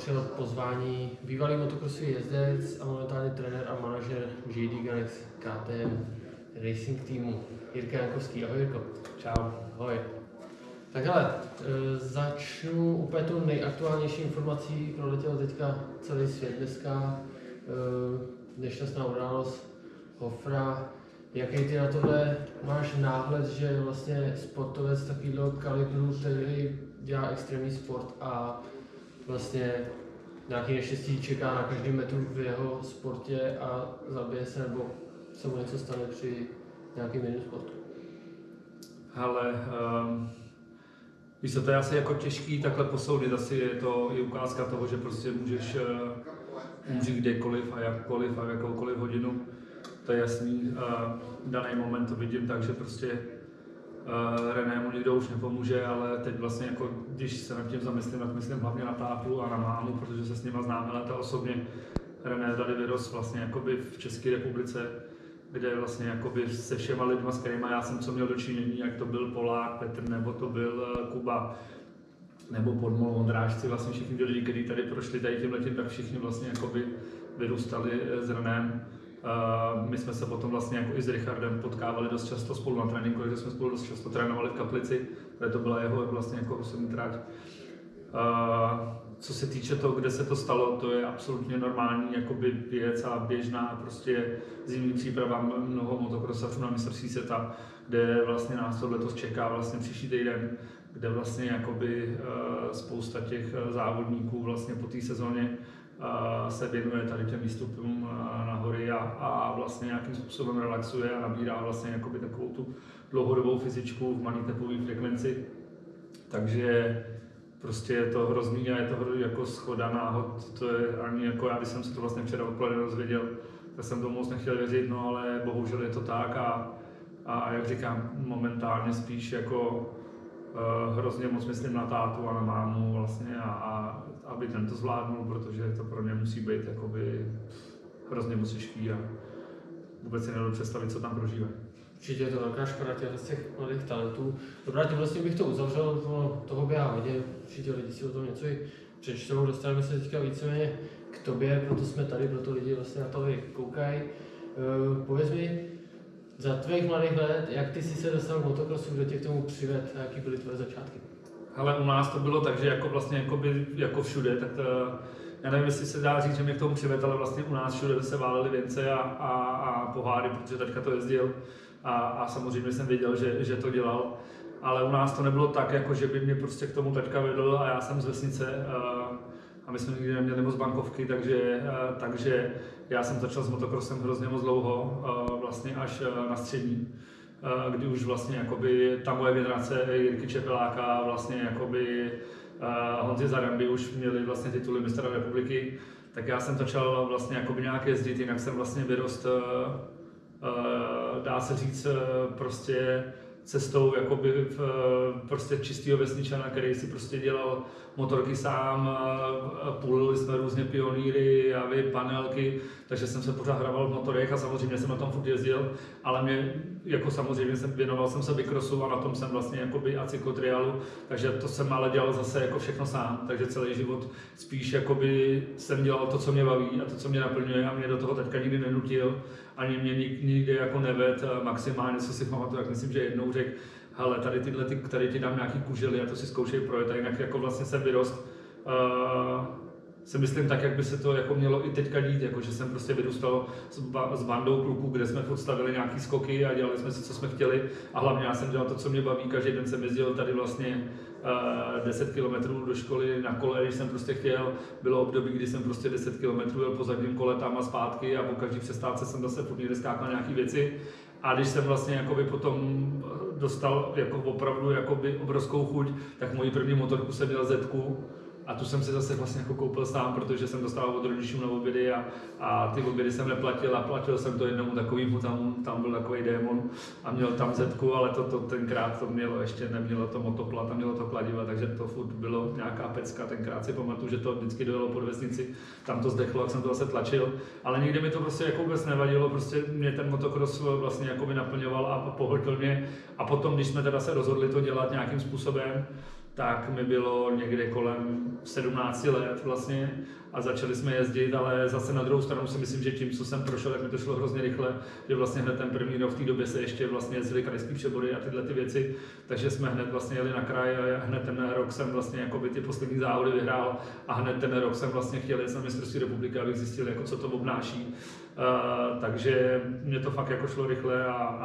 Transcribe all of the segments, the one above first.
přijel pozvání bývalý motokrosový jezdec a momentálně trenér a manažer JD Ganix KTM Racing týmu Jirka Jankovský. Ahoj Jirko. Čau. Ahoj. Tak hele, začnu úplně tou nejaktuálnější informací, proletěl teďka celý svět dneska, nešťastná událost Hofra. Jaký ty na tohle máš náhled, že vlastně sportovec takovýhle kalibru, který dělá extrémní sport a vlastně nějaký neštěstí čeká na každý metru v jeho sportě a zabije se nebo se mu něco stane při nějakým jiným sportu? Hele, víš co, to je asi jako těžký takhle posoudit, asi je to i ukázka toho, že prostě můžeš umřít kdekoliv a jakkoliv a v jakoukoliv hodinu. To je jasný, daný moment to vidím tak, že prostě Renému nikdo už nepomůže, ale teď vlastně jako, když se nad tím zamyslím, tak myslím hlavně na tátu a na mámu, protože se s nima známe léta osobně. René tady vyrost vlastně jakoby v České republice, kde vlastně jakoby se všema lidma, s kterými já jsem co měl dočinění, jak to byl Polák, Petr, nebo to byl Kuba, nebo Podmol, Vondráčci, vlastně všichni ty lidi, kteří tady prošli tady tímhletím, tak všichni vlastně jakoby vyrůstali s Renem. My jsme se potom vlastně jako i s Richardem potkávali dost často spolu na tréninku, kde jsme spolu dost často trénovali v Kaplici, kde to byla jeho vlastně jako osobní trať. Co se týče toho, kde se to stalo, to je absolutně normální jakoby věc a běžná prostě zimní příprava mnoho motokrosařů na mistrovství světa, kde vlastně nás to letos čeká vlastně příští týden, kde vlastně jakoby spousta těch závodníků vlastně po té sezóně se věnuje tady těm výstupům na hory a vlastně nějakým způsobem relaxuje a nabírá vlastně jakoby takovou tu dlouhodobou fyzičku v malý tepové frekvenci. Takže prostě je to hrozný a je to jako shoda náhod. To je ani jako já, když jsem se to vlastně včera odpoledne dozvěděl, tak jsem tomu moc nechtěl věřit, no ale bohužel je to tak a jak říkám, momentálně spíš jako hrozně moc myslím na tátu a na mámu vlastně a aby ten to zvládnul, protože to pro ně musí být jakoby hrozně moc těžký a vůbec si nedovedu představit, co tam prožívají. Určitě je to velká škoda z těch mladých talentů. Dobrá, tím vlastně bych to uzavřel, toho běhá hodně, určitě lidi si o tom něco i přečtou, dostaneme se teďka víceméně k tobě, proto jsme tady, proto lidi vlastně na to koukají. Pověz mi, za tvých mladých let, jak ty jsi se dostal k motokrosu, kdo tě k tomu přived a jaký byly tvoje začátky? Ale u nás to bylo tak, že jako vlastně jako všude, tak to, já nevím, jestli se dá říct, že mě k tomu přived, ale vlastně u nás všude se válely věnce a poháry, protože taťka to jezdil a samozřejmě jsem věděl, že to dělal. Ale u nás to nebylo tak, jako že by mě prostě k tomu taťka vedl a já jsem z vesnice a my jsme nikdy neměli moc bankovky, takže já jsem začal s motokrosem hrozně moc dlouho, vlastně až na střední, kdy už vlastně jakoby ta moje generace Jirky Čepeláka, vlastně jakoby Honzi Zaramby už měli vlastně tituly mistra republiky, tak já jsem začal vlastně jakoby nějak jezdit, jinak jsem vlastně vyrost, dá se říct, prostě cestou jakoby prostě čistýho vesničana, který si prostě dělal motorky sám, půlili jsme různě pionýry, javy, panelky, takže jsem se pořád hrával v motorech a samozřejmě jsem na tom furt jezdil, ale mě jako samozřejmě věnoval jsem se bikrosu a na tom jsem vlastně jakoby a cyklotriálu, takže to jsem ale dělal zase jako všechno sám, takže celý život spíš jakoby jsem dělal to, co mě baví a to, co mě naplňuje a mě do toho taťka nikdy nenutil, ani mě nikdy jako neved, maximálně co si pamatuju, jak myslím, že jednou řekl, hele, tady ti dám nějaký kužely a to si zkoušej projet, a jinak jako vlastně jsem vyrost, si myslím tak, jak by se to jako mělo i teďka dít, jako že jsem prostě vyrůstal s bandou kluků, kde jsme furt stavili nějaký skoky a dělali jsme si, co jsme chtěli a hlavně já jsem dělal to, co mě baví, každý den jsem jezdil tady vlastně 10 km do školy na kole, když jsem prostě chtěl, bylo období, kdy jsem prostě 10 km jel po zadním kole tam a zpátky a po každý přestávce jsem zase furt někde skákal nějaký věci. A když jsem vlastně jakoby potom dostal jako opravdu jakoby obrovskou chuť, tak moji první motorku jsem měl Zetku a tu jsem si zase vlastně jako koupil sám, protože jsem dostal od rodičů na obědy a ty obědy jsem neplatil a platil jsem to jednomu takovýmu, tam byl takový démon a měl tam Zetku, ale tenkrát to mělo, ještě nemělo to motoplat a mělo to kladiva, takže to furt bylo nějaká pecka, tenkrát si pamatuju, že to vždycky dojelo pod vesnici, tam to zdechlo, jak jsem to zase tlačil, ale nikdy mi to prostě jako vůbec nevadilo, prostě mě ten motocross vlastně jako by naplňoval a pohltil mě a potom, když jsme teda se rozhodli to dělat nějakým způsobem, tak mi bylo někde kolem 17 let vlastně a začali jsme jezdit, ale zase na druhou stranu si myslím, že tím, co jsem prošel, tak mi to šlo hrozně rychle, že vlastně hned ten první rok v té době se ještě vlastně jezdili krajský přebory a tyhle ty věci, takže jsme hned vlastně jeli na kraj a hned ten rok jsem vlastně jakoby ty poslední závody vyhrál a hned ten rok jsem vlastně chtěl jít na mistrovství republiky, abych zjistil, jako co to obnáší. Takže mě to fakt jako šlo rychle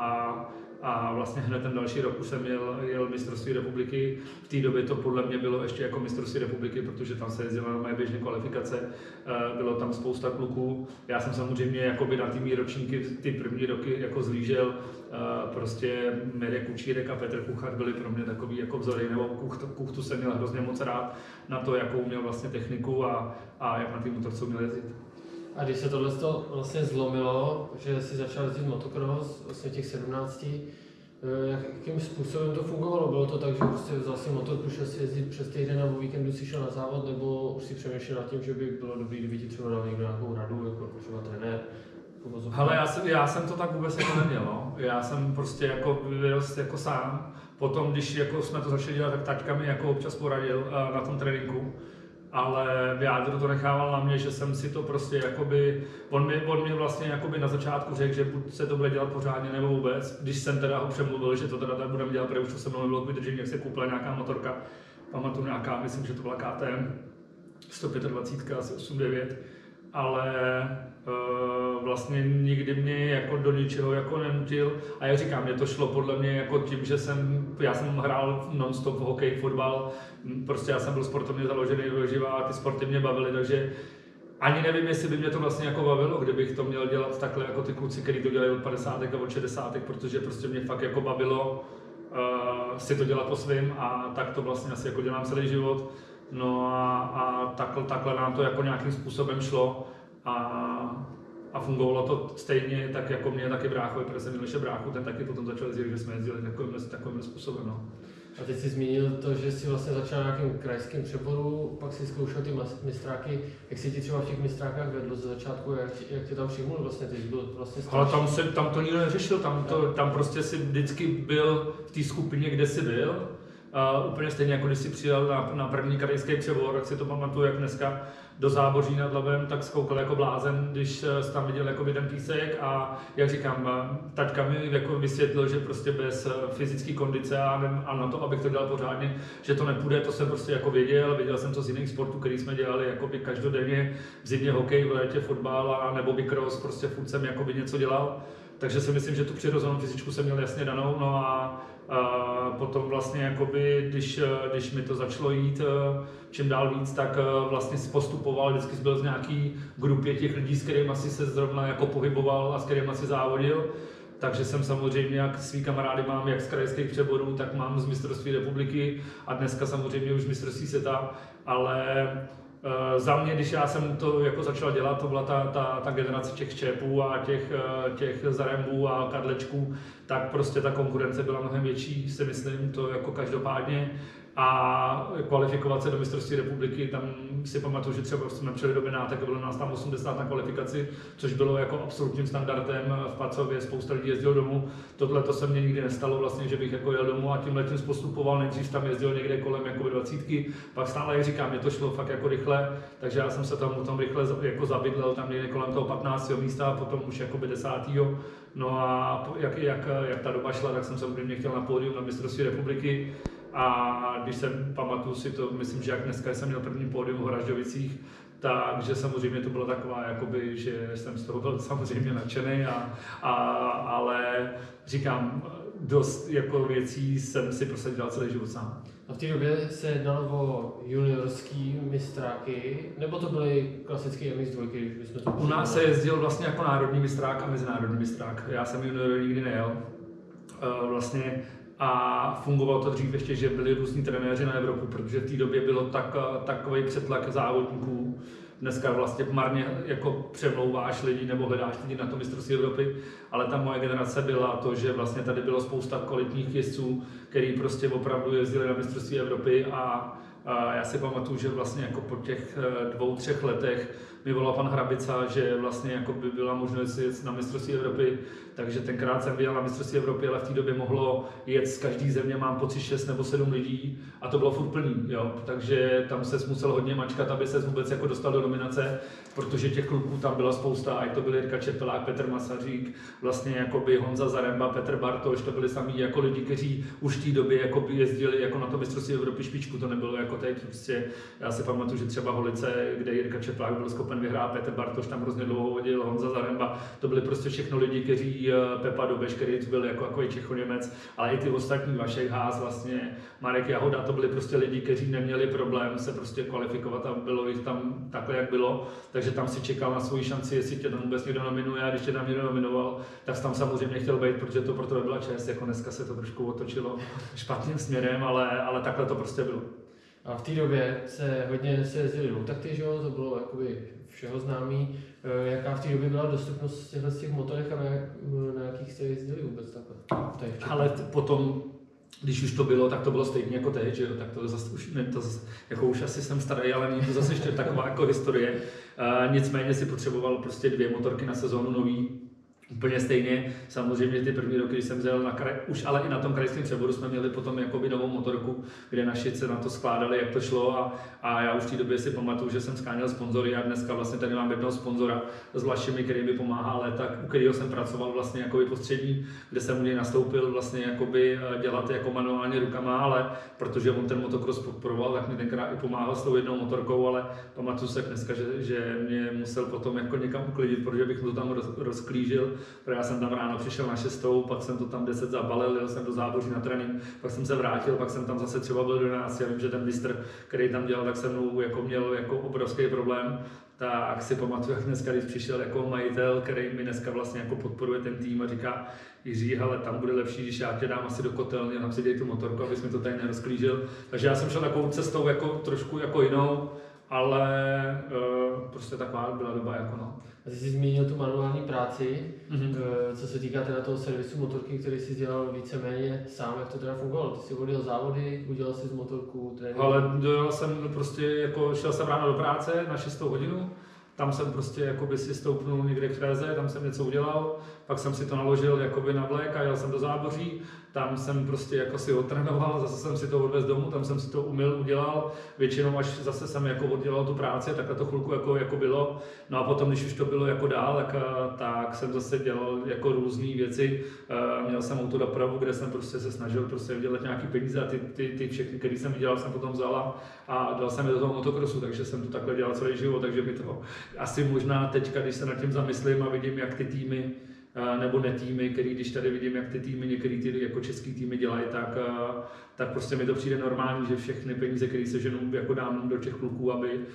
a vlastně hned ten další rok už jsem jel mistrovství republiky. V té době to podle mě bylo ještě jako mistrovství republiky, protože tam se jezdila na moje běžné kvalifikace, bylo tam spousta kluků. Já jsem samozřejmě jakoby na ty ročníky ty první roky jako zlížel, prostě Mirek Kučírek a Petr Kuchař byli pro mě takový jako vzory, nebo Kuchtu jsem měl hrozně moc rád na to, jakou měl vlastně techniku a jak na té motorce měl jezdit. A když se tohle vlastně zlomilo, že si začal jezdit motocross vlastně těch 17, jakým způsobem to fungovalo? Bylo to tak, že prostě vzal si motorku, šel si jezdit přes týden a o víkendu si šel na závod, nebo už si přemýšlel nad tím, že by bylo dobré, kdyby ti třeba dal někdo nějakou radu, jako třeba trenér? Hele, já jsem to tak vůbec jako neměl, no. Já jsem prostě jako vyrost jako sám. Potom, když jako jsme to začali dělat, tak taťka mi jako občas poradil na tom tréninku. Ale v jádru to nechával na mě, že jsem si to prostě jakoby, on mě vlastně jakoby na začátku řekl, že buď se to bude dělat pořádně nebo vůbec, když jsem teda ho přemluvil, že to teda tak budeme dělat, protože už to se mnou nebylo k vydržení, jak se koupila nějaká motorka, pamatuju nějaká, myslím, že to byla KTM 125, asi 8-9, ale vlastně nikdy mě jako do ničeho jako nenutil a jak říkám, mě to šlo podle mě jako tím, že já jsem hrál non-stop hokej, fotbal, prostě já jsem byl sportovně založený do živa a ty sporty mě bavily, takže ani nevím, jestli by mě to vlastně jako bavilo, kdybych to měl dělat takhle jako ty kluci, kteří to dělají od 50 a od 60, protože prostě mě fakt jako bavilo si to dělat po svým a tak to vlastně asi jako dělám celý život. No a takhle nám to jako nějakým způsobem šlo a fungovalo to stejně tak jako mě, taky bráchovi, protože jsem měl ještě bráchu, ten taky potom začal jezdit, že jsme jezdili takovým způsobem. No. A teď jsi zmínil to, že jsi vlastně začal na nějakém krajském přeboru, pak si zkoušel ty mistráky. Jak si ti třeba v těch mistrákách vedlo ze začátku, jak tě tam přijmul vlastně, ty jsi byl vlastně starší? Ale tam to nikdo neřešil, tam prostě si vždycky byl v té skupině, kde jsi byl. Úplně stejně jako když jsi přijel na první krajský přebor, tak si to pamatuju, jak dneska do Záboří nad Labem, tak skoukal jako blázen, když jsi tam viděl jako ten písek a jak říkám, taťka mi jako vysvětlil, že prostě bez fyzické kondice a na to, abych to dělal pořádně, že to nepůjde, to jsem prostě jako věděl jsem to z jiných sportů, který jsme dělali jakoby každodenně, v zimě hokej, v létě fotbal a nebo bikross, prostě furt jsem jakoby něco dělal, takže si myslím, že tu přirozenou fyzičku jsem měl jasně danou, no a potom vlastně jakoby, když mi to začalo jít čím dál víc, tak vlastně postupoval, vždycky byl z nějaký grupě těch lidí, s kterými si se zrovna jako pohyboval a s kterými si závodil. Takže jsem samozřejmě, jak svý kamarády mám, jak z krajských přeborů, tak mám z mistrovství republiky a dneska samozřejmě už mistrovství světa, ale za mě, když já jsem to jako začal dělat, to byla ta generace těch čépů a těch zarembů a kadlečků, tak prostě ta konkurence byla mnohem větší, si myslím, to jako každopádně. A kvalifikovat se do mistrovství republiky, tam si pamatuju, že třeba jsme přijeli do Benátek, bylo nás tam 80 na kvalifikaci, což bylo jako absolutním standardem v Pacově, spousta lidí jezdilo domů. Tohle to se mně nikdy nestalo vlastně, že bych jako jel domů a tímhletím postupoval, nejdřív tam jezdil někde kolem jako 20, pak stále, jak říkám, mě to šlo fakt jako rychle, takže já jsem se tam potom rychle jako zabydlel tam někde kolem toho 15. místa a potom už jako 10. No a jak ta doba šla, tak jsem samozřejmě chtěl na pódium na mistrovství republiky. A když jsem, pamatuju si to, myslím, že jak dneska jsem měl první pódium v Hražďovicích, takže samozřejmě to bylo taková, jakoby, že jsem z toho byl samozřejmě nadšený, ale říkám, dost jako věcí jsem si prostě dělal celý život sám. A v té době se jednalo o juniorský mistráky, nebo to byly klasické MX2, když bychom to U nás se jezdil vlastně jako národní mistrák a mezinárodní mistrák. Já jsem junior nikdy nejel. Vlastně a fungovalo to dřív ještě, že byli různí trenéři na Evropu, protože v té době bylo takový přetlak závodníků. Dneska vlastně marně jako přemlouváš lidi nebo hledáš lidi na to mistrovství Evropy, ale ta moje generace byla to, že vlastně tady bylo spousta kvalitních jezdců, který prostě opravdu jezdili na mistrovství Evropy a já si pamatuju, že vlastně jako po těch 2-3 letech mi volal pan Hrabica, že vlastně jako by byla možnost jet na mistrovství Evropy, takže tenkrát jsem vyjel na mistrovství Evropy, ale v té době mohlo jet z každé země, mám pocit 6 nebo 7 lidí a to bylo furt plný, jo. Takže tam se musel hodně mačkat, aby se vůbec jako dostal do nominace, protože těch kluků tam byla spousta, ať to byl Jirka Čepelák, Petr Masařík, vlastně jakoby Honza Zaremba, Petr Bartoš, to byli samý jako lidi, kteří už v té době jako jezdili jako na to mistrovství Evropy špičku, to nebylo jako teď, prostě já si pamatuju, že třeba Holice, kde Jirka Čepelák byl schopen vyhrát, Petr Bartoš tam hrozně dlouho hodil, Honza Zaremba, to byli prostě všechno lidi, kteří Pepa Dobeš, který byl jako Čechoněmec, ale i ty ostatní, Vašek Ház, vlastně Marek Jahoda, to byli prostě lidi, kteří neměli problém se prostě kvalifikovat a bylo jich tam takhle, jak bylo, takže tam si čekal na svoji šanci, jestli tě tam vůbec někdo nominuje, a když tě tam někdo nominoval, tak tam samozřejmě chtěl být, protože to pro tebe byla čest, jako dneska se to trošku otočilo špatným směrem, ale takhle to prostě bylo. A v té době se hodně jezdili low-takty, že jo, to bylo jakoby všeho známý. Jaká v té době byla dostupnost těch motorech a na jakých jste jezdili vůbec takhle? Ale potom, když už to bylo, tak to bylo stejně jako teď, že jo, tak to zase už, ne, to zase, jako už asi jsem starý, ale není to zase ještě taková jako historie. Nicméně si potřeboval prostě 2 motorky na sezónu nový. Úplně stejně, samozřejmě ty první roky, když jsem jel na kraj, už ale i na tom krajském přeboru jsme měli potom jakoby novou motorku, kde naši se na to skládali, jak to šlo a já už v té době si pamatuju, že jsem skáněl sponzory a dneska vlastně tady mám jednoho sponzora s Vlašemi, který mi pomáhá létat, u kterého jsem pracoval vlastně jakoby postřední, kde jsem u něj nastoupil vlastně jakoby dělat jako manuálně rukama, ale protože on ten motocross podporoval, tak mi tenkrát i pomáhal s tou jednou motorkou, ale pamatuju se dneska, že mě musel potom jako někam uklidit, protože bych mu to tam rozklížil. Protože já jsem tam ráno přišel na 6, pak jsem to tam 10 zabalil, jel jsem do Záboří na trénink, pak jsem se vrátil, pak jsem tam zase třeba byl do 11. Já vím, že ten mistr, který tam dělal, tak se mnou jako měl jako obrovský problém. Tak si pamatuju, jak dneska, když přišel jako majitel, který mi dneska vlastně jako podporuje ten tým a říká: Jiří, hele, tam bude lepší, když já tě dám asi do kotelny a tam si dej tu motorku, abys mi to tady nerozklížil. Takže já jsem šel takovou cestou jako trošku jako jinou, ale prostě taková byla doba jako no. A ty jsi zmínil tu manuální práci, co se týká teda toho servisu motorky, který jsi dělal víceméně sám, jak to teda fungovalo? Ty jsi vodil závody, udělal jsi z motorku trénink? Ale dojel jsem prostě, jako šel jsem ráno do práce na 6 hodinu, tam jsem prostě jakoby si stoupnul někde k fréze, tam jsem něco udělal, pak jsem si to naložil jakoby na vlek a jel jsem do Záboří, tam jsem prostě jako si odtrénoval, zase jsem si to odvezl domů, tam jsem si to umyl, udělal, většinou až zase jsem jako oddělal tu práci, takhle to chvilku jako bylo. No a potom, když už to bylo jako dál, tak jsem zase dělal jako různé věci. Měl jsem autodopravu, kde jsem prostě se snažil prostě dělat nějaký peníze a ty všechny, které jsem vydělal, jsem potom vzal a dal jsem je do toho motocrossu, takže jsem to takhle dělal celý život, takže mi to asi možná teďka, když se nad tím zamyslím a vidím, jak ty týmy nebo ne týmy, který když tady vidím, jak ty týmy, některý ty jako český týmy dělají, tak prostě mi to přijde normální, že všechny peníze, které se ženou, jako dám do těch kluků,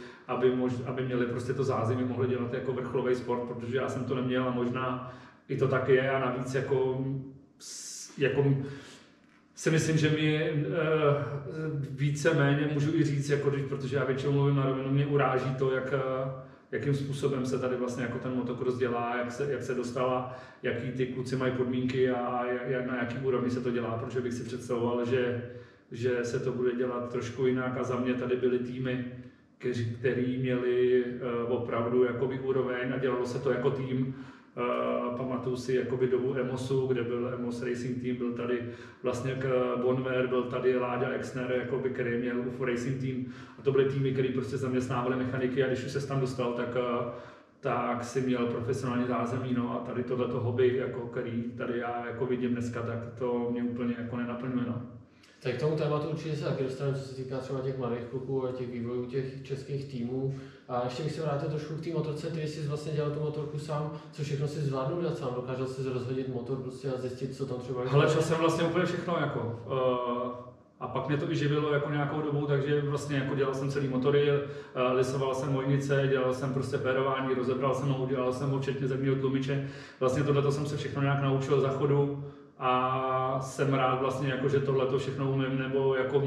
aby měli prostě to zázemí, mohli dělat jako vrcholový sport, protože já jsem to neměl a možná i to tak je a navíc jako si myslím, že mi víceméně můžu i říct, jako, protože já většinou mluvím na rovinu, mě uráží to, jakým způsobem se tady vlastně jako ten motocross dělá, jak se dostala, jaký ty kluci mají podmínky a na jaký úrovni se to dělá, protože bych si představoval, že se to bude dělat trošku jinak a za mě tady byly týmy, který měli opravdu jakoby úroveň a dělalo se to jako tým. Pamatuju si jakoby dobu Emosu, kde byl Emos Racing Team, byl tady vlastně Bonver, byl tady Láďa Exner, jakoby, který měl UFO Racing Team a to byly týmy, které prostě zaměstnávali mechaniky a když už se tam dostal, tak si měl profesionální zázemí, no a tady tohleto hobby, jako, který tady já jako vidím dneska, tak to mě úplně jako nenaplňuje. No. Tak k tomu tématu určitě se taky dostaneme, co se týká třeba těch mladých kluků a těch vývojů těch českých týmů. A ještě bych se vrátil trošku k té motorce, ty jsi vlastně dělal tu motorku sám, co všechno si zvládnul dělat sám, dokázal jsi rozhodit motor prostě a zjistit, co tam třeba je. Ale čas jsem vlastně úplně všechno jako. A pak mě to i živilo jako nějakou dobu, takže vlastně jako dělal jsem celý motory, lisoval jsem mojnice, dělal jsem prostě pérování, rozebral jsem ho, dělal jsem ho včetně zemního tlumiče. Vlastně tohleto jsem se všechno nějak naučil za chodu. A jsem rád vlastně, jako, že tohleto všechno umím, nebo jako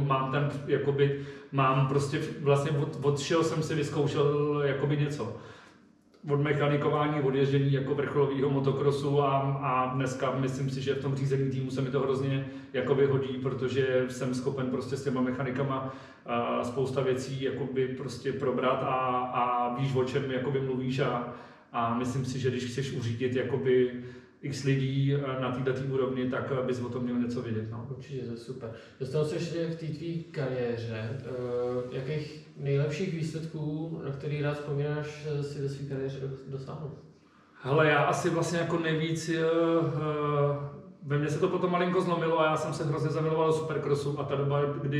mám prostě vlastně od všeho jsem si vyzkoušel jakoby něco. od mechanikování, od ježdění jako vrcholového motokrosu a dneska myslím si, že v tom řízení týmu se mi to hrozně jakoby hodí, protože jsem schopen prostě s těma mechanikama spousta věcí jakoby prostě probrat a víš, o čem jakoby mluvíš a myslím si, že když chceš uřídit jakoby x lidí na této úrovni, tak bys o tom měl něco vědět. No. Určitě, to je super. Dostanu se ještě v té tvý kariéře. Jakých nejlepších výsledků, na který rád vzpomínáš, si ve své kariéře dosáhl? Hele, já asi vlastně jako nejvíc, ve mně se to potom malinko zlomilo a já jsem se hrozně zamiloval do supercrossu a ta doba,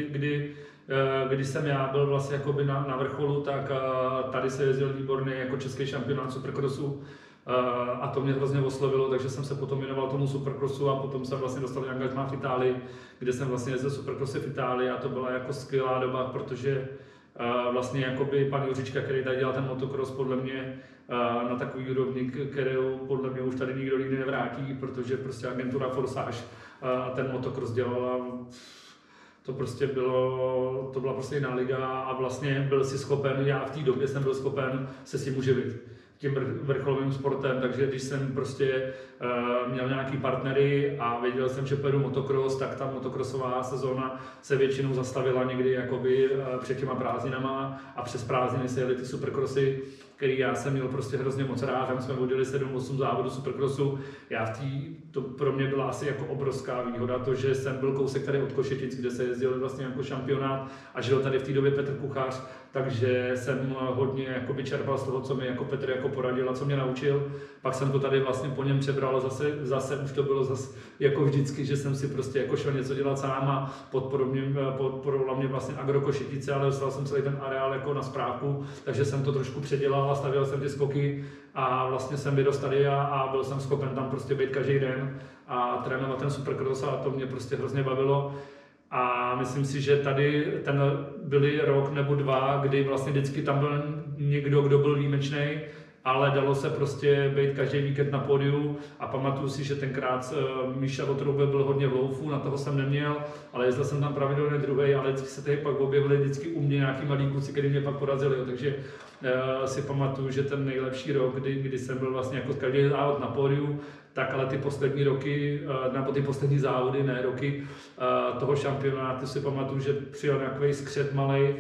kdy jsem já byl vlastně jakoby na vrcholu, tak tady se jezdil výborný jako český šampionát supercrossu. A to mě hrozně oslovilo, takže jsem se potom věnoval tomu supercrossu a potom jsem vlastně dostal angažmá v Itálii, kde jsem vlastně jezdil supercrossy v Itálii a to byla jako skvělá doba, protože vlastně jakoby pan Juřička, který tady dělal ten motocross, podle mě na takový úrovni, kterou podle mě už tady nikdo nikdy nevrátí, protože prostě agentura Forsage ten motocross dělala. To prostě to byla prostě jiná liga a vlastně byl si schopen, já v té době jsem byl schopen se s tím uživit, tím vrcholovým sportem, takže když jsem prostě měl nějaký partnery a věděl jsem, že pojedu motocross, tak ta motocrossová sezóna se většinou zastavila někdy jakoby před těma prázdninama a přes prázdniny se jeli ty supercrossy, který já jsem měl prostě hrozně moc rád, tam jsme vodili 7-8 závodů supercrossu. To pro mě byla asi jako obrovská výhoda, to, že jsem byl kousek tady od Košetic, kde se jezdil vlastně jako šampionát a žil tady v té době Petr Kuchař, takže jsem hodně jakoby čerpal z toho, co mi jako Petr jako poradil a co mě naučil. Pak jsem to tady vlastně po něm přebral, zase už to bylo zase jako vždycky, že jsem si prostě jako šel něco dělat sám a podporovala mě vlastně Agro Košetice, ale dostal jsem celý ten areál jako na správku, takže jsem to trošku předělal a stavěl jsem ty skoky a vlastně jsem vydal tady a byl jsem schopen tam prostě být každý den a trénovat ten supercross a to mě prostě hrozně bavilo. A myslím si, že tady byly rok nebo dva, kdy vlastně vždycky tam byl někdo, kdo byl výjimečný, ale dalo se prostě být každý víkend na pódiu a pamatuju si, že tenkrát Míša Votroube byl hodně v loufu, na toho jsem neměl, ale jezdil jsem tam pravidelně druhý, ale vždycky se tady pak objevili vždycky u mě nějaký malí kluci, kteří mě pak porazili, takže si pamatuju, že ten nejlepší rok, kdy jsem byl vlastně jako každý závod na pódiu, tak ale ty poslední roky, nebo ty poslední závody, ne roky toho šampionátu si pamatuju, že přijel nějaký skřet malej.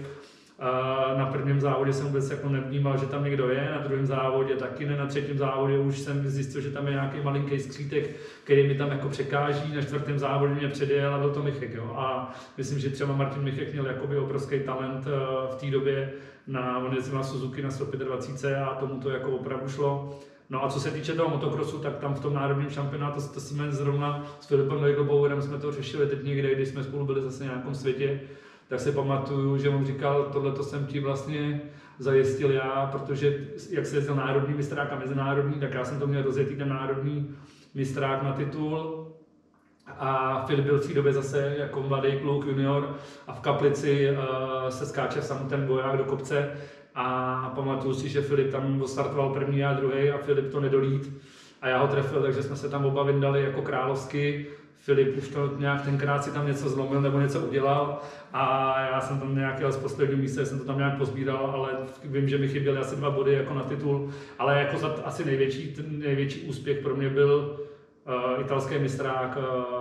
Na prvním závodě jsem vůbec jako nevnímal, že tam někdo je, na druhém závodě taky ne, na třetím závodě už jsem zjistil, že tam je nějaký malinký skřítek, který mi tam jako překáží, na čtvrtém závodě mě předjel a byl to Michek. Jo. A myslím, že třeba Martin Michek měl jakoby obrovský talent v té době, on jezdil na Suzuki na 125 a tomu to jako opravdu šlo. No a co se týče toho motocrossu, tak tam v tom národním šampionátu to jsme zrovna s Filipem Lejdobauerem jsme to řešili teď někde, když jsme spolu byli zase v nějakém světě, tak si pamatuju, že on říkal, tohleto jsem ti vlastně zajistil já, protože jak se jezdil národní mistrák a mezinárodní, tak já jsem to měl rozjetý ten národní mistrák na titul. A Filip byl v té době zase jako mladý kluk, junior a v Kaplici se skáče sám ten boják do kopce. A pamatuju si, že Filip tam startoval první a druhý a Filip to nedolít a já ho trefil, takže jsme se tam oba vyndali jako královsky. Filip už to nějak tenkrát si tam něco zlomil nebo něco udělal a já jsem tam nějaký z posledního místa, jsem to tam nějak pozbíral, ale vím, že mi chyběly asi 2 body jako na titul, ale jako asi největší úspěch pro mě byl italský mistrák,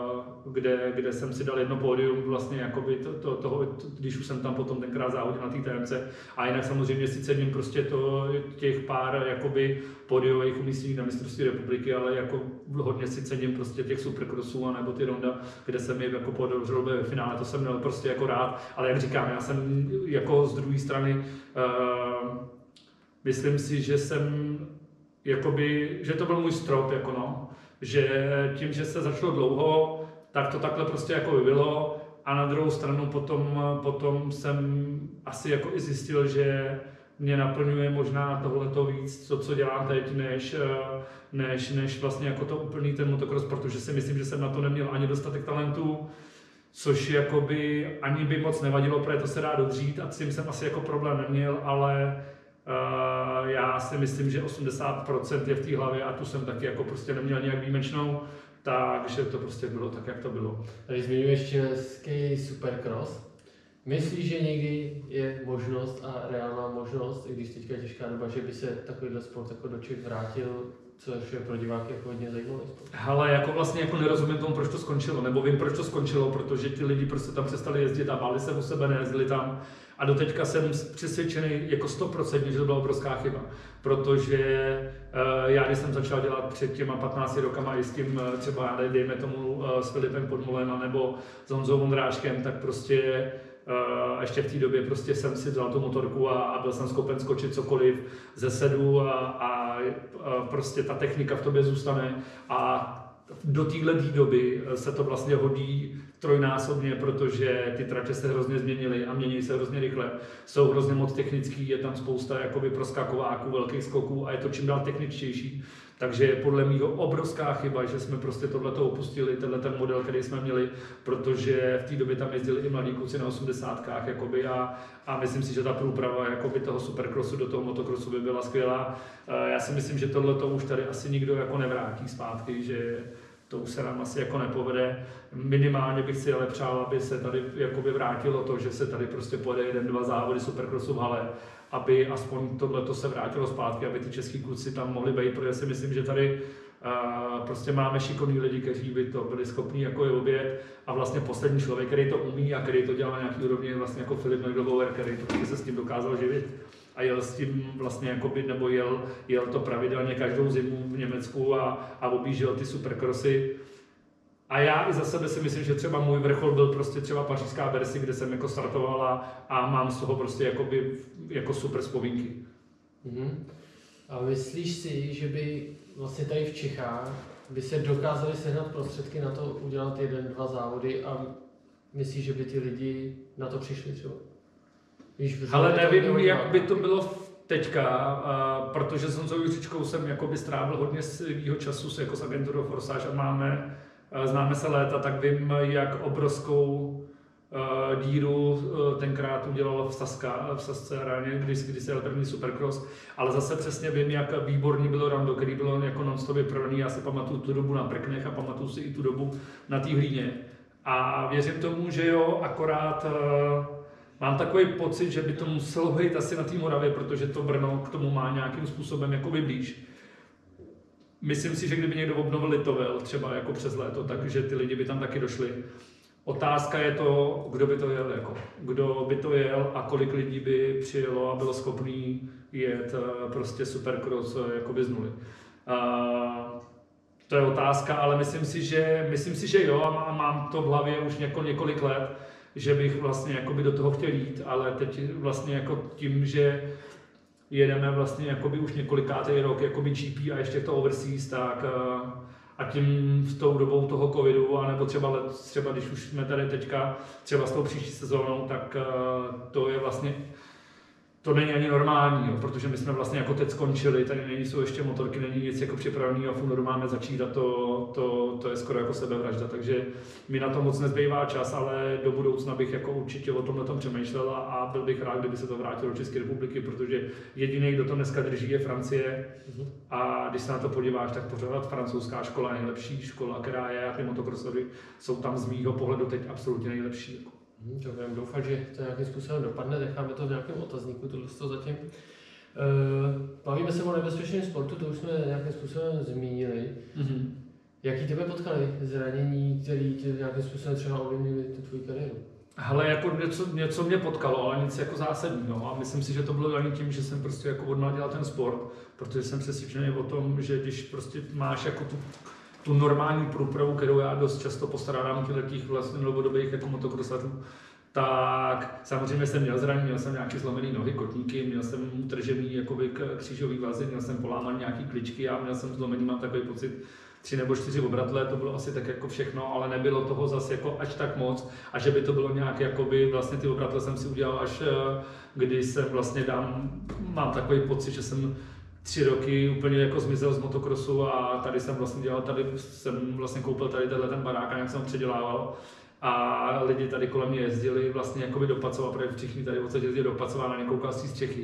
kde jsem si dal jedno pódium vlastně jakoby když už jsem tam potom tenkrát závodil na té TMC. A jinak samozřejmě si cením prostě těch pár jakoby pódiových umístění na mistrovství republiky, ale jako hodně si cením prostě těch supercrossů a nebo ty ronda, kde jsem je jako podařil ve finále, to jsem měl prostě jako rád, ale jak říkám, já jsem jako z druhé strany myslím si, že že to byl můj strop, jako no, že tím, že se začalo dlouho, tak to takhle prostě jako bylo a na druhou stranu potom jsem asi jako i zjistil, že mě naplňuje možná tohleto víc, to, co dělám teď, než vlastně jako to úplný ten motocross, protože si myslím, že jsem na to neměl ani dostatek talentů, což jakoby ani by moc nevadilo, protože to se dá dodřít a s tím jsem asi jako problém neměl, ale já si myslím, že 80% je v té hlavě a tu jsem taky jako prostě neměl nějak výjimečnou, takže to prostě bylo tak, jak to bylo. Tady zmiňuješ český supercross. Myslíš, že někdy je možnost a reálná možnost, i když teďka je těžká doba, že by se takovýhle sport jako do Čech vrátil, což je pro diváky jako hodně zajímavý sport? Hele, jako vlastně jako nerozumím tomu, proč to skončilo, nebo vím, proč to skončilo, protože ti lidi prostě tam přestali jezdit a báli se o sebe, nejezdili tam. A doteďka jsem přesvědčený jako 100%, že to byla obrovská chyba, protože já, když jsem začal dělat před těma 15 rokama i s tím třeba, dejme tomu, s Filipem Podmolem nebo s Honzou Vondráškem, tak prostě ještě v té době prostě jsem si vzal tu motorku a byl jsem schopen skočit cokoliv ze sedu a prostě ta technika v tobě zůstane a do téhle doby se to vlastně hodí trojnásobně, protože ty tratě se hrozně změnily a mění se hrozně rychle. Jsou hrozně moc technický, je tam spousta jakoby proskakováků, velkých skoků a je to čím dál techničtější. Takže je podle mého obrovská chyba, že jsme prostě tohleto opustili, ten model, který jsme měli, protože v té době tam jezdili i mladí kluci na 80kách jakoby, a myslím si, že ta průprava jakoby toho supercrossu do toho motocrossu by byla skvělá. Já si myslím, že tohleto už tady asi nikdo jako nevrátí zpátky, že to už se nám asi jako nepovede. Minimálně bych si ale přál, aby se tady jakoby vrátilo to, že se tady prostě pojede 1-2 závody supercrossu v hale, aby aspoň tohleto se vrátilo zpátky, aby ty český kluci tam mohli být, protože si myslím, že tady prostě máme šikovní lidi, kteří by to byli schopni jako je obět a vlastně poslední člověk, který to umí a který to dělá na nějaký úrovni, je vlastně jako Filip Neudobauer, který prostě se s tím dokázal živit a jel s tím vlastně jakoby, nebo jel to pravidelně každou zimu v Německu a objížděl ty supercrossy. A já i za sebe si myslím, že třeba můj vrchol byl prostě třeba pařížská Bercy, kde jsem jako startovala a mám z toho prostě jakoby, jako super vzpomínky. A myslíš si, že by vlastně tady v Čechách by se dokázali sehnat prostředky na to udělat 1-2 závody a myslíš, že by ty lidi na to přišli třeba? Ale nevím, jak by to bylo teďka, protože s Honzou Juřičkou jsem jakoby strávil hodně svýho času jako s agenturou Forsage a známe se léta, tak vím, jak obrovskou díru tenkrát udělal v Sasce aréně, když se jel první supercross, ale zase přesně vím, jak výborný bylo rando, který bylo jako non-stop vyprodaný. Já si pamatuju tu dobu na Prknech a pamatuju si i tu dobu na té hlíně. A věřím tomu, že jo, akorát mám takový pocit, že by to muselo být asi na té Moravě, protože to Brno k tomu má nějakým způsobem jako blíž. Myslím si, že kdyby někdo obnovil Litovel třeba jako přes léto, takže ty lidi by tam taky došli. Otázka je to, kdo by to jel, jako. Kdo by to jel a kolik lidí by přijelo a bylo schopný jet prostě supercross jakoby z nuly. To je otázka, ale myslím si, že jo a mám to v hlavě už několik let, že bych vlastně jakoby do toho chtěl jít, ale teď vlastně jako tím, že jedeme vlastně jakoby už několikátý rok jakoby GP a ještě to overseas, tak a tím s tou dobou toho covidu, anebo třeba když už jsme tady teďka třeba s tou příští sezónou, tak to je vlastně, to není ani normální, jo, protože my jsme vlastně jako teď skončili, tady nejsou ještě motorky, není nic jako připravený a v únoru máme začít a to je skoro jako sebevražda, takže mi na to moc nezbývá čas, ale do budoucna bych jako určitě o tomhle přemýšlel a byl bych rád, kdyby se to vrátilo do České republiky, protože jediný, kdo to dneska drží, je Francie a když se na to podíváš, tak pořád francouzská škola je nejlepší škola, která je a ty motocrossory jsou tam z mýho pohledu teď absolutně nejlepší. Jako. To budeme doufat, že to nějakým způsobem dopadne, necháme to v nějakém otazníku, tohle zatím. Bavíme se o nebezpečném sportu, to už jsme nějakým způsobem zmínili. Jaký tebe potkali zranění, které tě nějakým způsobem třeba ovlivnily tu tvou kariéru? Hele, jako něco mě potkalo, ale nic jako zásadního. A myslím si, že to bylo ani tím, že jsem prostě jako odmál dělal ten sport, protože jsem přesvědčený o tom, že když prostě máš jako tu normální průpravu, kterou já dost často postarávám těch vlastně novodobých jako motokrosařů, tak samozřejmě jsem měl zranění, měl jsem nějaké zlomené nohy, kotníky, měl jsem utržený jakoby křížový vazy, měl jsem polámaný nějaký kličky a měl jsem zlomený, mám takový pocit, 3 nebo 4 obratle, to bylo asi tak jako všechno, ale nebylo toho zase jako až tak moc a že by to bylo nějak jakoby, vlastně ty obratle jsem si udělal až když jsem vlastně mám takový pocit, že jsem 3 roky úplně jako zmizel z motokrosu a tady jsem vlastně koupil tady ten barák a nějak jsem ho předělával. A lidi tady kolem mě jezdili vlastně jakoby do Pacova, protože všichni tady odsaď jezdili do Pacova, na ně koukal z Čechy.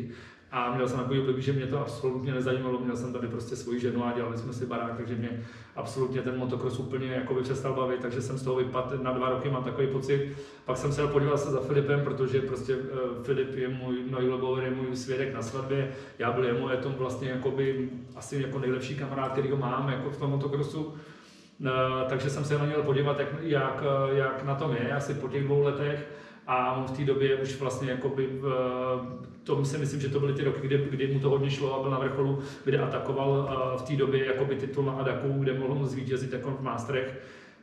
A měl jsem takový období, že mě to absolutně nezajímalo, měl jsem tady prostě svoji ženu a dělali jsme si barák, takže mě absolutně ten motocross úplně jakoby přestal bavit, takže jsem z toho vypadl na 2 roky, mám takový pocit. Pak jsem se jel podívat se za Filipem, protože prostě Filip je můj Neulebover, je můj svědek na svatbě, já byl jemu, je to vlastně jakoby asi jako nejlepší kamarád, který ho mám jako v tom motocrossu. Takže jsem se na něj podívat, jak na tom je, asi po těch 2 letech. A on v té době už vlastně jakoby, to si myslím, že to byly ty roky, kdy mu to hodně šlo a byl na vrcholu, kde atakoval v té době jakoby titul na Adaku, kde mohl zvítězit jako v Masterech.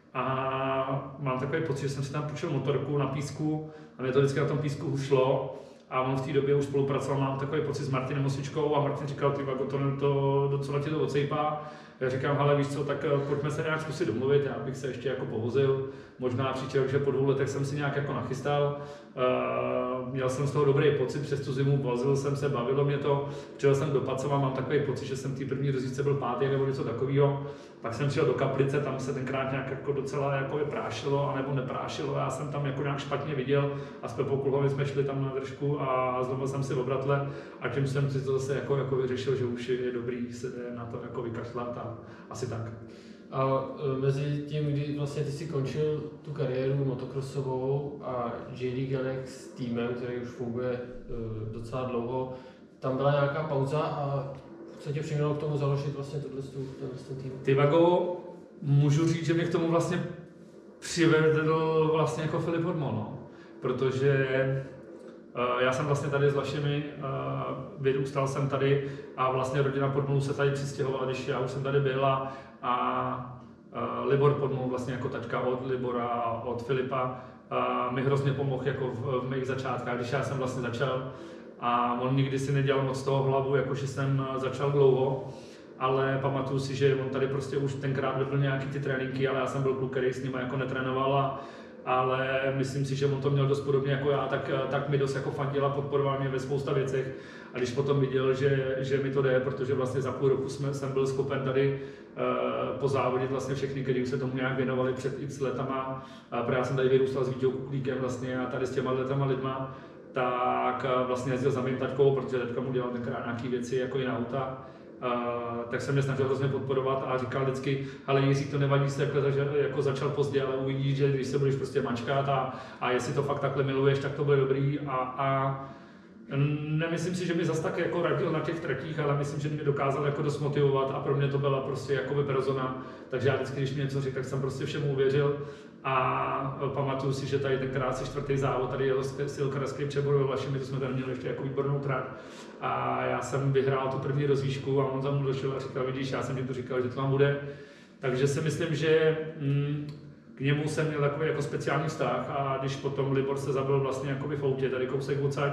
A mám takový pocit, že jsem si tam půjčil motorku na písku a mě to vždycky na tom písku už šlo. A on v té době už spolupracoval, mám takový pocit s Martinem Osičkou a Martin říkal, ty Vago, to docela tě to odsejpá. Já říkám, hele víš co, tak pojďme se nějak zkusit domluvit, já bych se ještě jako povozil. Možná příští rok, že po 2 letech jsem si nějak jako nachystal. Měl jsem z toho dobrý pocit přes tu zimu, vozil jsem se, bavilo mě to. Přijel jsem do Pacova, mám takový pocit, že jsem v té první rozjízdce byl 5. nebo něco takového. Pak jsem přijel do Kaplice, tam se tenkrát nějak jako docela jako prášilo, anebo neprášilo. Já jsem tam jako nějak špatně viděl a s Pepou Kulhovým jsme šli tam na držku a zlomil jsem si obratle a tím jsem si to zase jako vyřešil, že už je dobrý se na to jako vykašlat a asi tak. A mezi tím, kdy vlastně ty si končil tu kariéru motocrossovou a JD Galex s týmem, který už funguje docela dlouho, tam byla nějaká pauza a co tě přimělo k tomu založit vlastně tenhle tým? Ty Vago, můžu říct, že mě k tomu vlastně přivedl vlastně jako Filip Hormon, no. Protože já jsem vlastně tady s vašimi, vyrůstal jsem tady a vlastně rodina Podmolu se tady přistěhovala, když já už jsem tady byl a Libor Podmol vlastně jako taťka od Libora a od Filipa mi hrozně pomohl jako v mých začátkách, když já jsem vlastně začal a on nikdy si nedělal moc toho hlavu, jakože jsem začal dlouho, ale pamatuju si, že on tady prostě už tenkrát vedl nějaký ty tréninky, ale já jsem byl kluk, který s nimi jako netrénoval ale myslím si, že on to měl dost podobně jako já, tak mi dost jako fandil a podporoval mě ve spousta věcech. A když potom viděl, že mi to jde, protože vlastně za půl roku jsem byl schopen tady pozávodit vlastně všechny, kteří se tomu nějak věnovali před x letama. Protože já jsem tady vyrůstal s Vítěou Kuklíkem vlastně a tady s těma lidma, tak vlastně jezdil za mým taťkou, protože taťka mu dělal tenkrát nějaké věci jako i na auta. Tak jsem mě snažil hrozně podporovat a říkal vždycky, ale Jiří, to nevadí, se jako začal pozdě, ale uvidíš, že když se budeš prostě mačkat a jestli to fakt takhle miluješ, tak to bude dobrý a nemyslím si, že mi zas tak jako radil na těch tratích, ale myslím, že mě dokázal jako dost motivovat a pro mě to byla prostě jakoby persona, takže já vždycky, když mi něco řekl, tak jsem prostě všemu uvěřil a pamatuju si, že tady tenkrát se 4. závod, tady jel silkarský přebor ve Vlašimi, to jsme tady měli ještě jako výbornou trať a já jsem vyhrál tu první rozvíšku a on za mnou došel a říkal, vidíš, já jsem ti to říkal, že to tam bude, takže si myslím, že k němu jsem měl takový jako speciální vztah a když potom Libor se zabil vlastně jakoby v autě, tady kousek odsaď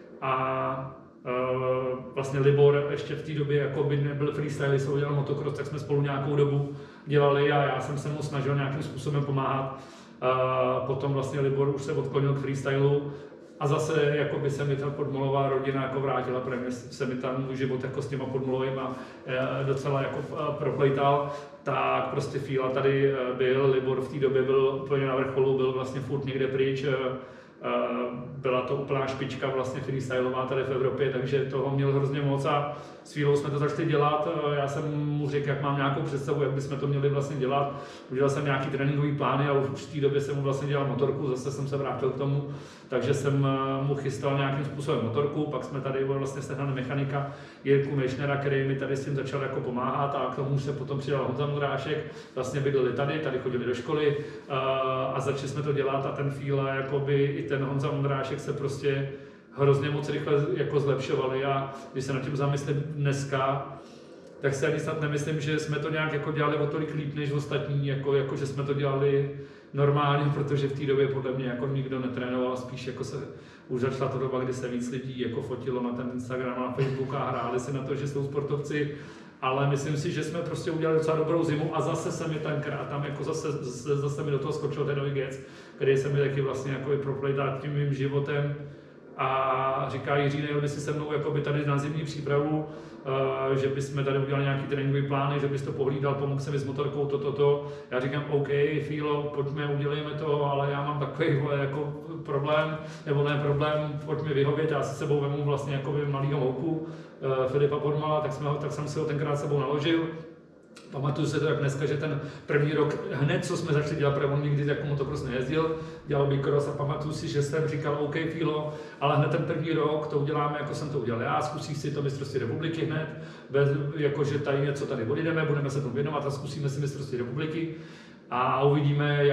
a vlastně Libor ještě v té době jako by nebyl freestylist, udělal motocross, tak jsme spolu nějakou dobu dělali a já jsem se mu snažil nějakým způsobem pomáhat. Potom vlastně Libor už se odklonil k freestylu a zase jako by se mi ta Podmolová rodina jako vrátila, protože se mi tam můj život jako s těma Podmolovýma docela jako proplejtal. Tak prostě Fíla tady byl, Libor v té době byl úplně na vrcholu, byl vlastně furt někde pryč. Byla to úplná špička vlastně freestylová tady v Evropě, takže toho měl hrozně moc a s Fílou jsme to začali dělat. Já jsem mu řekl, jak mám nějakou představu, jak bychom to měli vlastně dělat. Udělal jsem nějaký tréninkový plány a už v té době jsem mu vlastně dělal motorku, zase jsem se vrátil k tomu, takže jsem mu chystal nějakým způsobem motorku, pak jsme tady vlastně sehnali mechanika Jirku Mejšnera, který mi tady s tím začal jako pomáhat a k tomu se potom přidal Honza Modrášek, vlastně bydleli tady chodili do školy a začali jsme to dělat a ten Fíla, jakoby i ten Honza Modrášek se prostě hrozně moc rychle jako zlepšovali a když se nad tím zamyslím dneska, tak si ani snad nemyslím, že jsme to nějak jako dělali o tolik líp než ostatní, jako že jsme to dělali normálně, protože v té době podle mě jako nikdo netrénoval, spíš jako se už začala ta doba, kdy se víc lidí jako fotilo na ten Instagram a na Facebook a hráli si na to, že jsou sportovci, ale myslím si, že jsme prostě udělali docela dobrou zimu a zase se mi tenkrát tam jako zase mi do toho skočil ten nový Gec, který se mi taky vlastně jako proplejtal tím mým životem a říká Jiří, nejel by si se mnou jakoby tady na zimní přípravu, že bychom tady udělali nějaký tréninkový plány, že bys to pohlídal, pomohl se mi s motorkou, to. Já říkám, OK, Fílo, pojďme, udělejme to, ale já mám takový jako problém, nebo ne problém, pojďme vyhovět, já si sebou vemu vlastně jakoby malýho holku, Filipa Podmala, tak jsem si ho tenkrát sebou naložil. Pamatuju se to jak dneska, že ten první rok, hned co jsme začali dělat, protože on nikdy jako motocross nejezdil, dělal bikross a pamatuju si, že jsem říkal OK Fílo, ale hned ten první rok to uděláme, jako jsem to udělal já, zkusíš si to mistrovství republiky hned, jakože tady něco tady odjedeme, budeme se tomu věnovat a zkusíme si mistrovství republiky a uvidíme,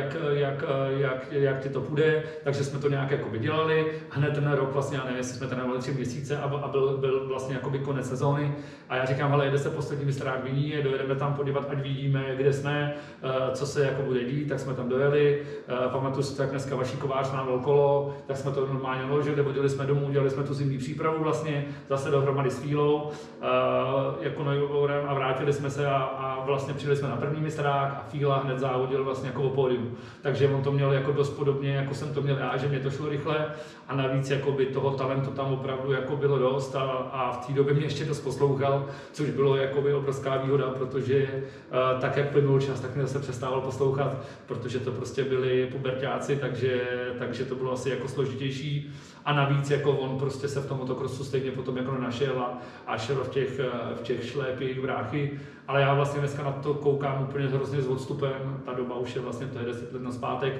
jak ti to půjde, takže jsme to nějak jako dělali. Hned ten rok vlastně, já nevím, jestli jsme trénovali 3 měsíce a byl vlastně jakoby konec sezóny. A já říkám, hele, jede se poslední mistrák Viní, dojedeme tam podívat, ať vidíme, kde jsme, co se jako bude dít, tak jsme tam dojeli. Pamatuju si, jak dneska Vaší Kovář nám dal kolo, tak jsme to normálně naložili, vodili jsme domů, udělali jsme tu zimní přípravu vlastně, zase dohromady s Fílou, jako Neuvorem a vrátili jsme se a vlastně přijeli jsme na první mistrák a Fíla hned závodil vlastně jako o pódium. Takže on to měl jako dost podobně, jako jsem to měl já, že mě to šlo rychle a navíc jakoby toho talentu tam opravdu jako bylo dost a v té době mě ještě dost poslouchal, což bylo jakoby obrovská výhoda, protože tak jak plynul čas, tak mě zase přestával poslouchat, protože to prostě byli puberťáci, takže to bylo asi jako složitější a navíc jako on prostě se v tom motocrossu stejně potom jako nenašel a šel v těch šlépích bráchy, ale já vlastně dneska na to koukám úplně hrozně s odstupem, ta doba už je vlastně, to je 10 let nazpátek,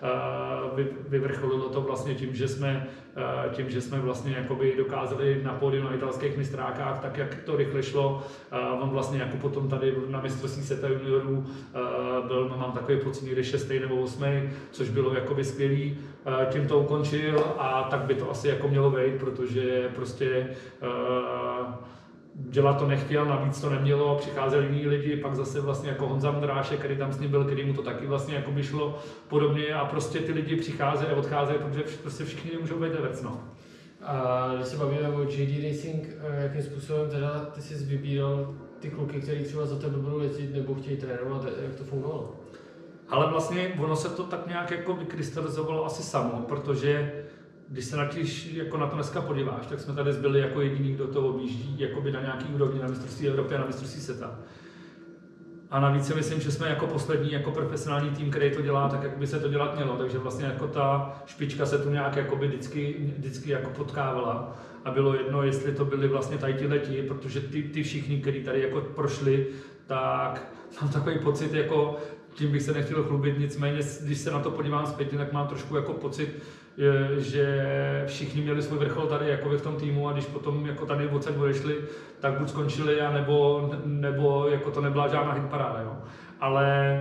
vyvrcholilo to vlastně tím, že jsme vlastně jakoby dokázali na pódiu na italských mistrákách, tak jak to rychle šlo, on vlastně jako potom tady na mistrovství světa juniorů byl, mám takový pocit někde 6. nebo 8., což bylo jakoby skvělý, tím to ukončil a tak by to asi jako mělo být, protože prostě dělat to nechtěl, navíc to nemělo, přicházeli jiní lidi, pak zase vlastně jako Honza Mdrášek, který tam s ním byl, který mu to taky vlastně jako by šlo podobně a prostě ty lidi přicházejí a odcházejí, protože prostě všichni nemůžou být levec, no. A když se bavíme o JD Racing, jakým způsobem teda ty jsi vybíral ty kluky, kteří třeba za tebe budou jezdit nebo chtějí trénovat, jak to fungovalo? Ale vlastně ono se to tak nějak jako vykrystalizovalo asi samo, protože když se jako na to dneska podíváš, tak jsme tady zbyli jako jediný, kdo to objíždí jakoby na nějaký úrovni na mistrovství Evropy a na mistrovství světa. A navíc si myslím, že jsme jako poslední jako profesionální tým, který to dělá tak, jak by se to dělat mělo, takže vlastně jako ta špička se tu nějak jakoby vždycky jako potkávala a bylo jedno, jestli to byli vlastně tady ti leti, protože ty všichni, kteří tady jako prošli, tak mám takový pocit, jako tím bych se nechtěl chlubit, nicméně když se na to podívám zpětně, tak mám trošku jako pocit, že všichni měli svůj vrchol tady jako v tom týmu a když potom jako tady odsaď odešli, tak buď skončili, nebo jako to nebyla žádná hitparáda, jo. Ale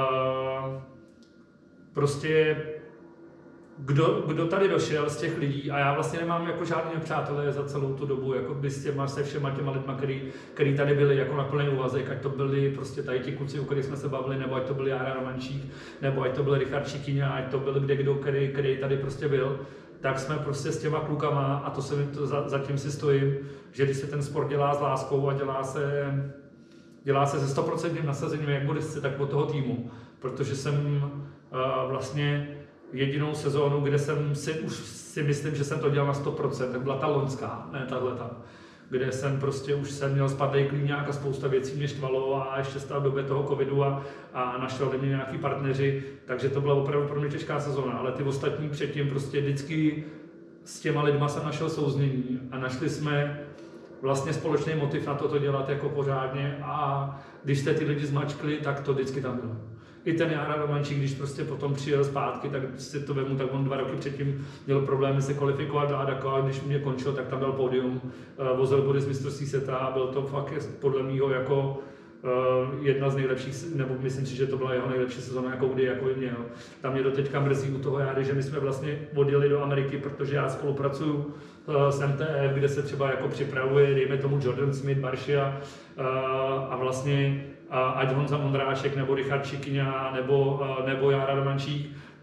prostě kdo tady došel z těch lidí a já vlastně nemám jako žádný nepřátelé za celou tu dobu, jako by se všema těma lidma, který tady byli jako na plný úvazek, ať to byli prostě tady ti kluci, o kterých jsme se bavili, nebo ať to byl Jára Romančík, nebo ať to byl Richard Šikyňa, ať to byl kdekdo, který tady prostě byl, tak jsme prostě s těma klukama a to zatím si stojím, že když se ten sport dělá s láskou a dělá se se 100% nasazením jak bodisce, tak od toho týmu, protože jsem vlastně jedinou sezónu, kde jsem už si myslím, že jsem to dělal na 100%, tak byla ta loňská, ne tahleta, kde jsem prostě už jsem měl spadlej klíňák a spousta věcí mě štvalo a ještě stál v době toho covidu a naštvali mě nějaký partneři, takže to byla opravdu pro mě těžká sezóna, ale ty ostatní předtím prostě vždycky s těma lidma jsem našel souznění a našli jsme vlastně společný motiv na to dělat jako pořádně a když jste ty lidi zmačkli, tak to vždycky tam bylo. I ten Jára Romančík, když prostě potom přijel zpátky, tak si to vemu, tak on 2 roky předtím měl problémy se kvalifikovat a Dakar, když mě končil, tak tam dal pódium, vozil body z mistrovství světa a byl to fakt podle mýho jako jedna z nejlepších, nebo myslím si, že to byla jeho nejlepší sezóna, jakou kdy jako měl. Tam mě doteďka mrzí u toho Járy, že my jsme vlastně odjeli do Ameriky, protože já spolupracuju s MTF, kde se třeba jako připravuje, dejme tomu Jordan Smith, Barcia a vlastně ať Honza Mondrášek, nebo Richard Šikyňa, nebo Jára Romančík,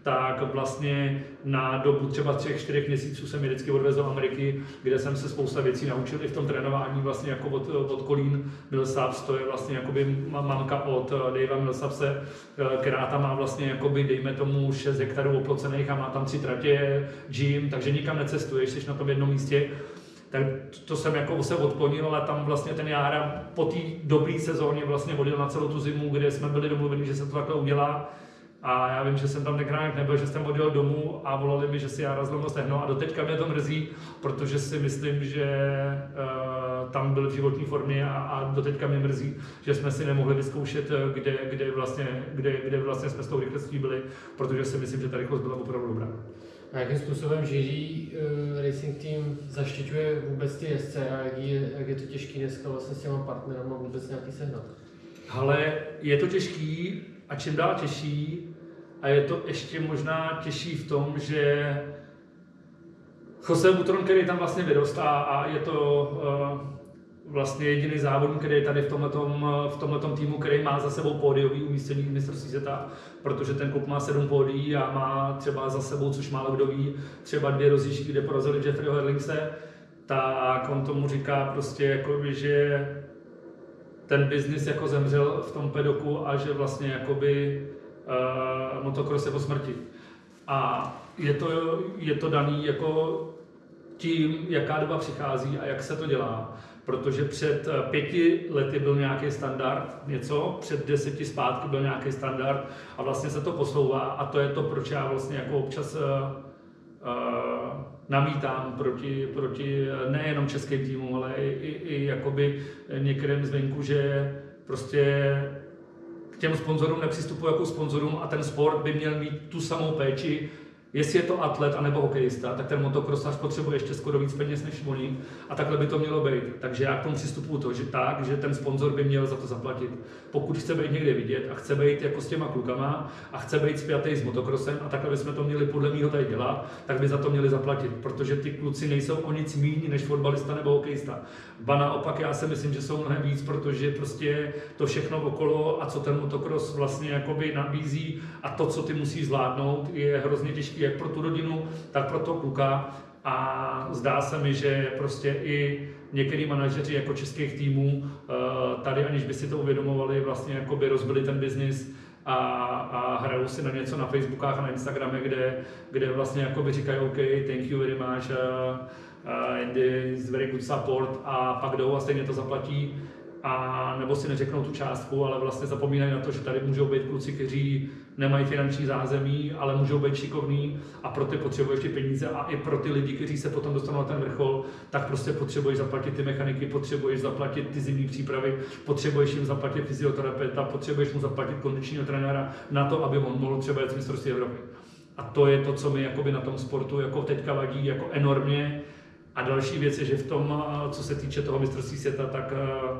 tak vlastně na dobu třeba 3-4 měsíců jsem je vždycky odvezl do Ameriky, kde jsem se spousta věcí naučil i v tom trénování vlastně jako od Colleen Millsaps, to je vlastně jakoby mamka od Davea Millsapse, která tam má vlastně jakoby, dejme tomu 6 hektarů oplocených a má tam 3 tratě, gym, takže nikam necestuješ, jsi na tom jednom místě. Tak to jsem jako se odklonil, ale tam vlastně ten Jára po té dobré sezóně vlastně odjel na celou tu zimu, kde jsme byli domluveni, že se to takhle udělá. A já vím, že jsem tam tenkrát nebyl, že jsem odjel domů a volali mi, že si Jára zlomil stehno a doteďka mě to mrzí, protože si myslím, že tam byl v životní formě a doteďka mě mrzí, že jsme si nemohli vyzkoušet, kde vlastně jsme s tou rychlostí byli, protože si myslím, že ta rychlost byla opravdu dobrá. A jakým způsobem Žiří Racing Team zaštiťuje vůbec ty jezdce a jak je to těžký dneska vlastně s těma partnerama vůbec nějaký sehnat? Ale je to těžký a čím dál těžší a je to ještě možná těžší v tom, že José Butron, který tam vlastně vyrost a je to vlastně jediný závodník, který je tady v tomhletom týmu, který má za sebou pódiový umístění v mistrovství světa, protože ten klub má 7 pódií a má třeba za sebou, což málo kdo ví, třeba 2 rozjížďky, kde porazili Jeffreyho Herlingse, tak on tomu říká prostě jakoby, že ten biznis jako zemřel v tom pedoku a že vlastně jakoby motocross je po smrti. A je to daný jako tím, jaká doba přichází a jak se to dělá. Protože před 5 lety byl nějaký standard, něco, před 10 zpátky byl nějaký standard a vlastně se to posouvá a to je to, proč já vlastně jako občas namítám proti nejenom českým týmům, ale i jakoby některým zvenku, že prostě k těm sponzorům nepřistupují jako sponzorům a ten sport by měl mít tu samou péči. Jestli je to atlet anebo hokejista, tak ten motokrosař potřebuje ještě skoro víc peněz než oni a takhle by to mělo být. Takže já k tomu přistupuju to, že ten sponzor by měl za to zaplatit. Pokud chce být někde vidět a chce být jako s těma klukama a chce být spjatý s motokrosem a takhle bychom to měli podle mýho tady dělat, tak by za to měli zaplatit, protože ty kluci nejsou o nic míň než fotbalista nebo hokejista. Ba naopak já si myslím, že jsou mnohem víc, protože prostě to všechno okolo a co ten motokros vlastně jakoby nabízí a to, co ty musíš zvládnout, je hrozně těžké jak pro tu rodinu, tak pro toho kluka a zdá se mi, že prostě i některý manažeři jako českých týmů tady, aniž by si to uvědomovali, vlastně jakoby rozbili ten biznis a hrajou si na něco na Facebookách a na Instagrame, kde vlastně jakoby říkají OK, thank you very much, and is very good support a pak jdou a stejně to zaplatí. A nebo si neřeknou tu částku, ale vlastně zapomínají na to, že tady můžou být kluci, kteří nemají finanční zázemí, ale můžou být šikovní a pro ty potřebuješ ty peníze a i pro ty lidi, kteří se potom dostanou na ten vrchol, tak prostě potřebuješ zaplatit ty mechaniky, potřebuješ zaplatit ty zimní přípravy, potřebuješ jim zaplatit fyzioterapeuta, potřebuješ mu zaplatit kondičního trenéra na to, aby on mohl třeba jet mistrovství Evropy. A to je to, co mi jakoby na tom sportu jako teďka vadí jako enormně. A další věc je, že v tom, co se týče toho mistrovství světa, tak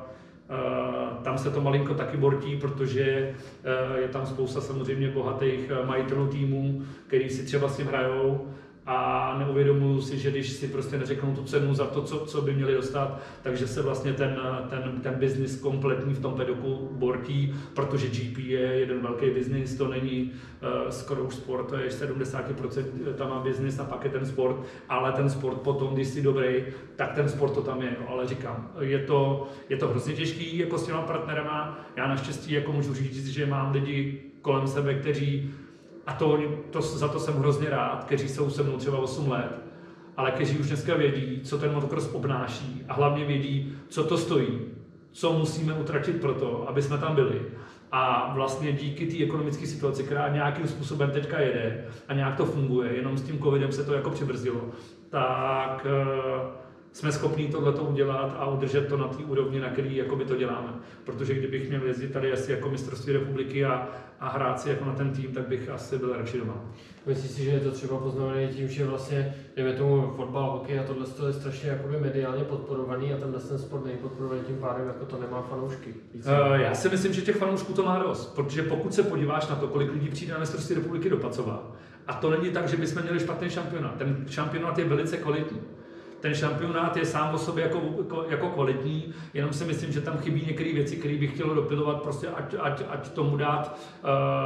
tam se to malinko taky bortí, protože je tam spousta samozřejmě bohatých majitelů týmů, který si třeba s tím hrajou a neuvědomují si, že když si prostě neřeknou tu cenu za to, co by měli dostat, takže se vlastně ten biznis kompletní v tom pedoku bortí, protože GP je jeden velký biznis, to není skoro už sport, to je 70% tam má biznis a pak je ten sport, ale ten sport potom, když jsi dobrý, tak ten sport to tam je, no, ale říkám, je to hrozně těžký jako s těma partnerama, já naštěstí jako můžu říct, že mám lidi kolem sebe, kteří a za to jsem hrozně rád, kteří jsou se mnou třeba 8 let, ale kteří už dneska vědí, co ten motocross obnáší a hlavně vědí, co to stojí, co musíme utratit pro to, aby jsme tam byli. A vlastně díky té ekonomické situaci, která nějakým způsobem teďka jede a nějak to funguje, jenom s tím covidem se to jako přibrzdilo, tak jsme schopni tohleto udělat a udržet to na té úrovni, na který jakoby to děláme. Protože kdybych měl jezdit tady asi jako mistrovství republiky a hrát si jako na ten tým, tak bych asi byl radši doma. Myslíš si, že je to třeba poznamené tím, že vlastně, dejme tomu fotbal, hokej a tohle je strašně jakoby mediálně podporovaný a ten sport není podporovaný, tím pádem jako to nemá fanoušky? Já si myslím, že těch fanoušků to má dost, protože pokud se podíváš na to, kolik lidí přijde na mistrovství republiky do Pacova, a to není tak, že bychom měli špatný šampionát. Ten šampionát je velice kvalitní. Ten šampionát je sám o sobě jako kvalitní, jenom si myslím, že tam chybí některé věci, které bych chtěl dopilovat, prostě ať tomu dát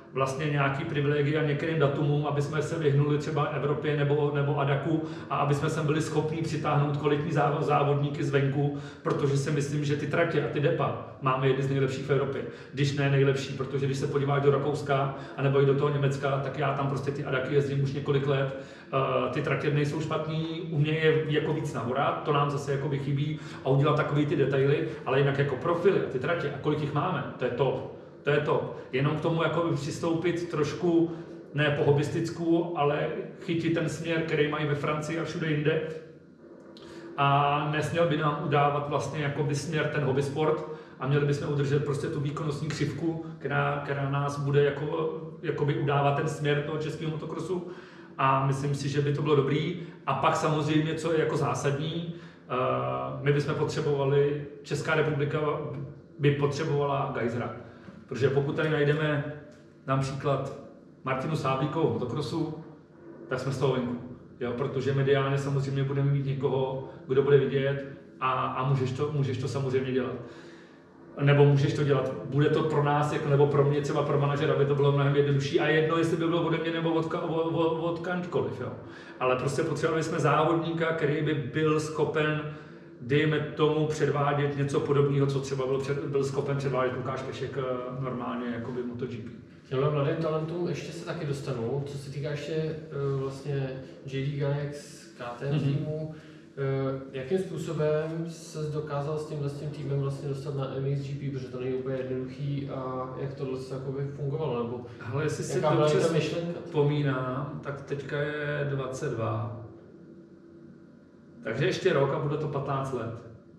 vlastně nějaký privilegia některým datumům, aby jsme se vyhnuli třeba Evropě nebo Adaku a aby jsme sem byli schopni přitáhnout kvalitní závodníky zvenku, protože si myslím, že ty tratě a ty depa máme jedny z nejlepších v Evropě. Když ne nejlepší, protože když se podíváš do Rakouska anebo i do toho Německa, tak já tam prostě ty Adaky jezdím už několik let. Ty tratě nejsou špatný, u mě je jako víc nahorat, to nám zase jako chybí a udělat takový ty detaily, ale jinak jako profily a ty tratě a kolik jich máme, to je top. To je to. Jenom k tomu jako přistoupit trošku, ne po hobisticku, ale chytit ten směr, který mají ve Francii a všude jinde. A nesměl by nám udávat vlastně jakoby směr ten hobbysport a měli bychom udržet prostě tu výkonnostní křivku, která nás bude jakoby udávat ten směr toho českého motokrosu. A myslím si, že by to bylo dobrý. A pak samozřejmě, co je jako zásadní, my bychom potřebovali, Česká republika by potřebovala Geisera. Protože pokud tady najdeme například Martinu Sáblíkovou v motokrosu, tak jsme z toho venku. Jo, protože mediálně samozřejmě budeme mít někoho, kdo bude vidět a můžeš to samozřejmě dělat. Nebo můžeš to dělat. Bude to pro nás, jako, nebo pro mě, třeba pro manažera, by to bylo mnohem jednodušší a jedno, jestli by bylo ode mě nebo od kamkoliv. Jo. Ale prostě potřebovali jsme závodníka, který by byl schopen, dejme tomu, předvádět něco podobného, co třeba byl schopen předvádět Lukáš Pešek normálně jako by MotoGP. Těmhle mladým talentům ještě se taky dostanu. Co se týká ještě vlastně JD Ganex KTM týmu, jakým způsobem se dokázal s tím týmem vlastně dostat na MXGP, protože to není úplně jednoduchý a jak tohle se fungovalo, nebo ale jestli si dobře vzpomínám, tak teďka je 22. Takže ještě rok a bude to 15 let.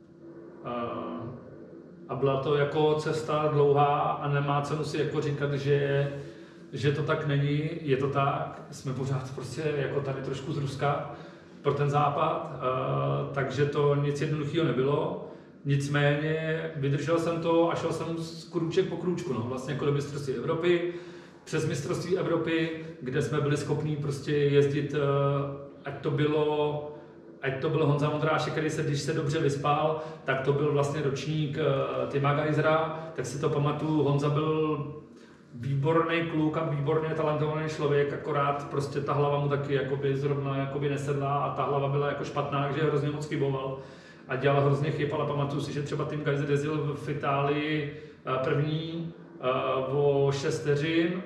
A byla to jako cesta dlouhá a nemá cenu si jako říkat, že to tak není, je to tak. Jsme pořád prostě jako tady trošku z Ruska pro ten západ, takže to nic jednoduchého nebylo. Nicméně vydržel jsem to a šel jsem krůček po krůčku, no, vlastně jako do mistrovství Evropy, přes mistrovství Evropy, kde jsme byli schopní prostě jezdit, ať to byl Honza Vondrášek, který se, když se dobře vyspal, tak to byl vlastně ročník Tima Geisera, tak si to pamatuju, Honza byl výborný kluk a výborně talentovaný člověk, akorát prostě ta hlava mu taky zrovna nesedla a ta hlava byla jako špatná, takže hrozně moc chyboval a dělal hrozně chyb, ale pamatuju si, že třeba Tim Geiser jezdil v Itálii první o 6 vteřin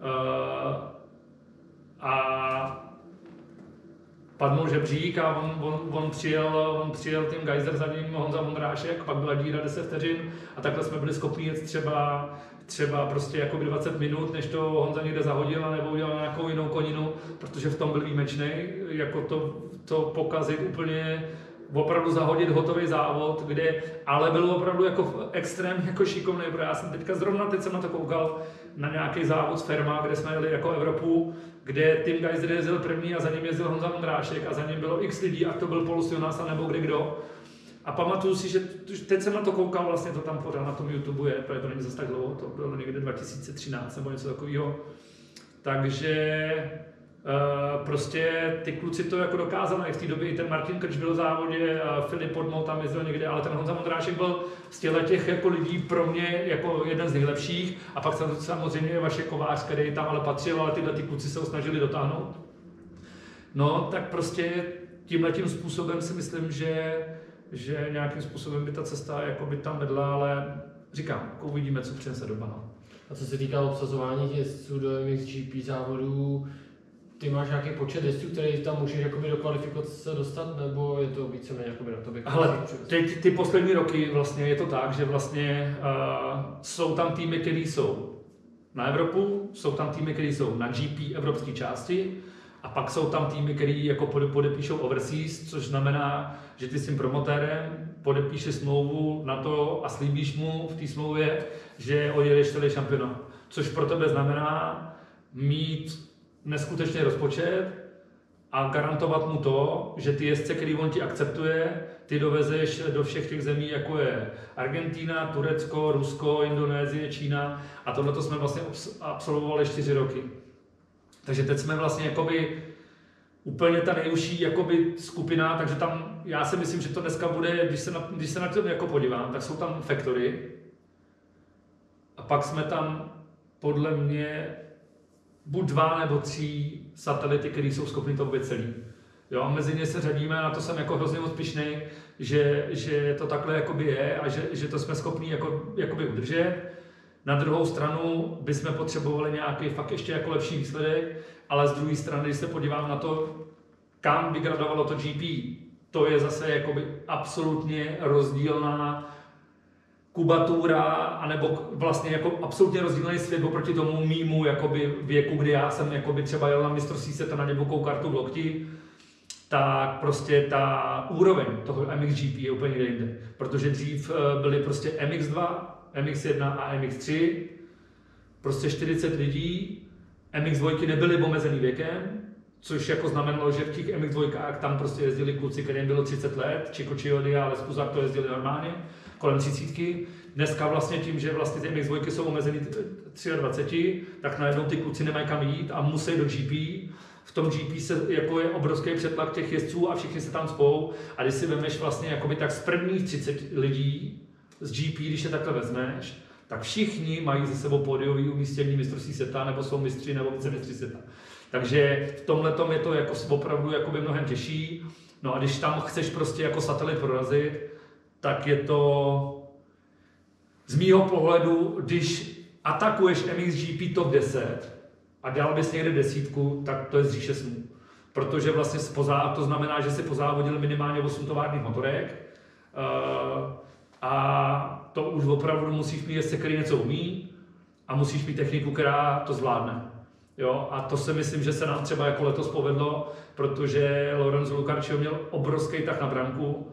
a padnul žebřík a on přijel Tim Geiser za ním Honza Vondrášek, pak byla díra 10 vteřin a takhle jsme byli schopni jet třeba prostě jakoby 20 minut, než to Honza někde zahodil nebo udělal nějakou jinou koninu, protože v tom byl výjimečný, jako to pokazit úplně, opravdu zahodit hotový závod, kde ale byl opravdu jako extrémně jako šikovný, protože já jsem teď jsem na to koukal na nějaký závod z Ferma, kde jsme jeli jako Evropu, kde Tim Geiser jezdil první a za ním jezdil Honza Vondrášek a za ním bylo x lidí, ať to byl Paulus Jonas nebo kdo. A pamatuju si, že teď jsem na to koukal, vlastně to tam pořád na tom YouTube je, protože to není zase tak dlouho, to bylo někde 2013 nebo něco takového. Takže prostě ty kluci to jako dokázali, i v té době i ten Martin Krč byl v závodě, Filip Podmou tam jezdil někde, ale ten Honza Vondrášek byl z těch jako lidí pro mě jako jeden z nejlepších a pak samozřejmě Vašek Kovář, který tam ale patřil, ale tyhle ty kluci se ho snažili dotáhnout. No tak prostě tímhletím způsobem si myslím, že nějakým způsobem by ta cesta jako by tam vedla, ale říkám, jako uvidíme, co přinese doba. No. A co se týká obsazování jezdců do MXGP závodů, ty máš nějaký počet jezdců, který tam můžeš jakoby do kvalifikace dostat, nebo je to víceméně jakoby na tobě? Ale teď ty poslední roky vlastně je to tak, že vlastně jsou tam týmy, které jsou na Evropu, jsou tam týmy, které jsou na GP evropské části, a pak jsou tam týmy, které jako podepíšou overseas, což znamená, že ty s tím promotérem podepíšeš smlouvu na to a slíbíš mu v té smlouvě, že odjedeš celý šampionát. Což pro tebe znamená mít neskutečný rozpočet a garantovat mu to, že ty jezdce, který on ti akceptuje, ty dovezeš do všech těch zemí, jako je Argentina, Turecko, Rusko, Indonésie, Čína a tohleto jsme vlastně absolvovali 4 roky. Takže teď jsme vlastně jakoby úplně ta nejužší jakoby skupina, takže tam já si myslím, že to dneska bude, když se na to jako podívám, tak jsou tam factory a pak jsme tam podle mě buď 2 nebo 3 satelity, které jsou schopny to vůbec celý. Jo, a mezi ně se řadíme, na to jsem jako hrozně moc pyšnej, že to takhle jakoby je a že to jsme schopni jakoby udržet. Na druhou stranu bychom potřebovali nějaký fakt ještě jako lepší výsledek, ale z druhé strany, když se podívám na to, kam vygradovalo to GP, to je zase jakoby absolutně rozdílná kubatura, anebo vlastně jako absolutně rozdílný svět oproti tomu mýmu jakoby věku, kdy já jsem jakoby třeba jel na mistrovství světa na divokou kartu v lokti, tak prostě ta úroveň toho MXGP je úplně jinde. Protože dřív byly prostě MX2, MX1 a MX3, prostě 40 lidí, MX2 nebyly omezený věkem, což jako znamenalo, že v těch MX2 tam prostě jezdili kluci, kterým bylo 30 let, Chico Chiodi a Les Puzar to jezdili normálně, kolem 30. Dneska vlastně tím, že vlastně ty MX2 jsou omezený 23, tak najednou ty kluci nemají kam jít a musí do GP. V tom GP se, jako je obrovský přetlak těch jezdců a všichni se tam spou. A když si vemeš vlastně jakoby tak z prvních 30 lidí z GP, když je takhle vezmeš, tak všichni mají ze sebou pódiový umístění mistrovství světa, nebo jsou mistři, nebo vicemistři světa. Takže v tomhletom je to jako opravdu jakoby mnohem těžší. No a když tam chceš prostě jako satelit prorazit, tak je to z mýho pohledu, když atakuješ MXGP top 10 a dal bys někde 10, tak to je z říše snů. Protože vlastně to znamená, že si pozávodil minimálně 8 továrních motorek a to už opravdu musíš mít jezdce, který něco umí a musíš mít techniku, která to zvládne. Jo, a to si myslím, že se nám třeba jako letos povedlo, protože Lorenzo Lucarcio měl obrovský tah na branku.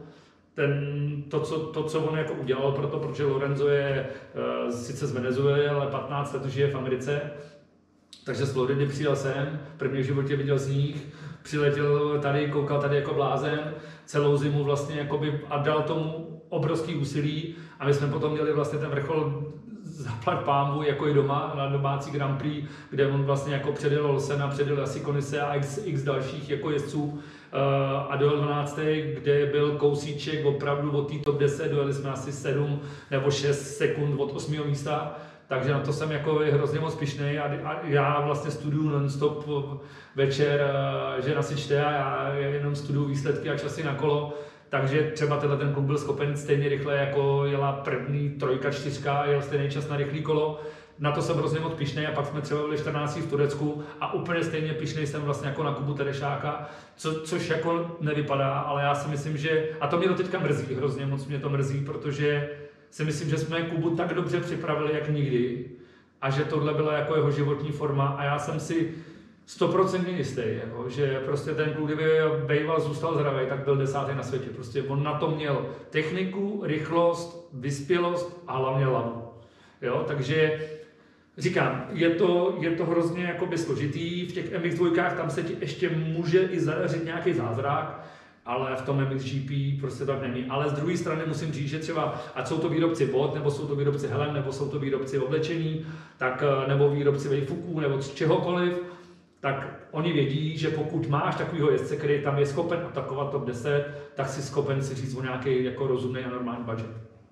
To, co on jako udělal protože Lorenzo je sice z Venezuely, ale 15 let žije v Americe, takže z Floridy přijel sem, první v životě viděl sníh, přiletěl tady, koukal tady jako blázen, celou zimu vlastně jakoby, a dal tomu obrovský úsilí a my jsme potom měli vlastně ten vrchol zaplať pánbu jako i doma na domácí Grand Prix, kde on vlastně jako předjel Olsena, předjel Asikonise a x dalších jako jezdců a dojel 12. kde byl kousíček opravdu od té top 10, dojeli jsme asi 7 nebo 6 sekund od 8. místa, takže na to jsem jako hrozně moc pyšnej a já vlastně studuju non-stop večer, žena si čte a já jenom studuju výsledky a časy na kolo. Takže třeba ten kluk byl schopen stejně rychle, jako jela první 3, 4 a jel stejný čas na rychlý kolo. Na to jsem hrozně moc pyšnej a pak jsme třeba byli 14 v Turecku a úplně stejně pyšnej jsem vlastně jako na Kubu Terešáka, což jako nevypadá, ale já si myslím, že, a to mě to teďka mrzí, hrozně moc mě to mrzí, protože si myslím, že jsme Kubu tak dobře připravili, jak nikdy a že tohle byla jako jeho životní forma a já jsem si 100% jistý, jako, že prostě ten kluk, kdyby Bejval zůstal zdravý, tak byl 10. na světě. Prostě on na to měl techniku, rychlost, vyspělost a hlavně hlavu. Jo, takže říkám, je to hrozně jakoby složitý, v těch MX2 tam se ti ještě může i zadařit nějaký zázrak, ale v tom MXGP prostě tak není. Ale z druhé strany musím říct, že třeba, ať jsou to výrobci bot, nebo jsou to výrobci helem, nebo jsou to výrobci oblečení, tak, nebo výrobci wayfooků, nebo čehokoliv, tak oni vědí, že pokud máš takovýho jezdce, který tam je schopen atakovat top 10, tak si schopen si říct o nějaký jako rozumný a normální budget.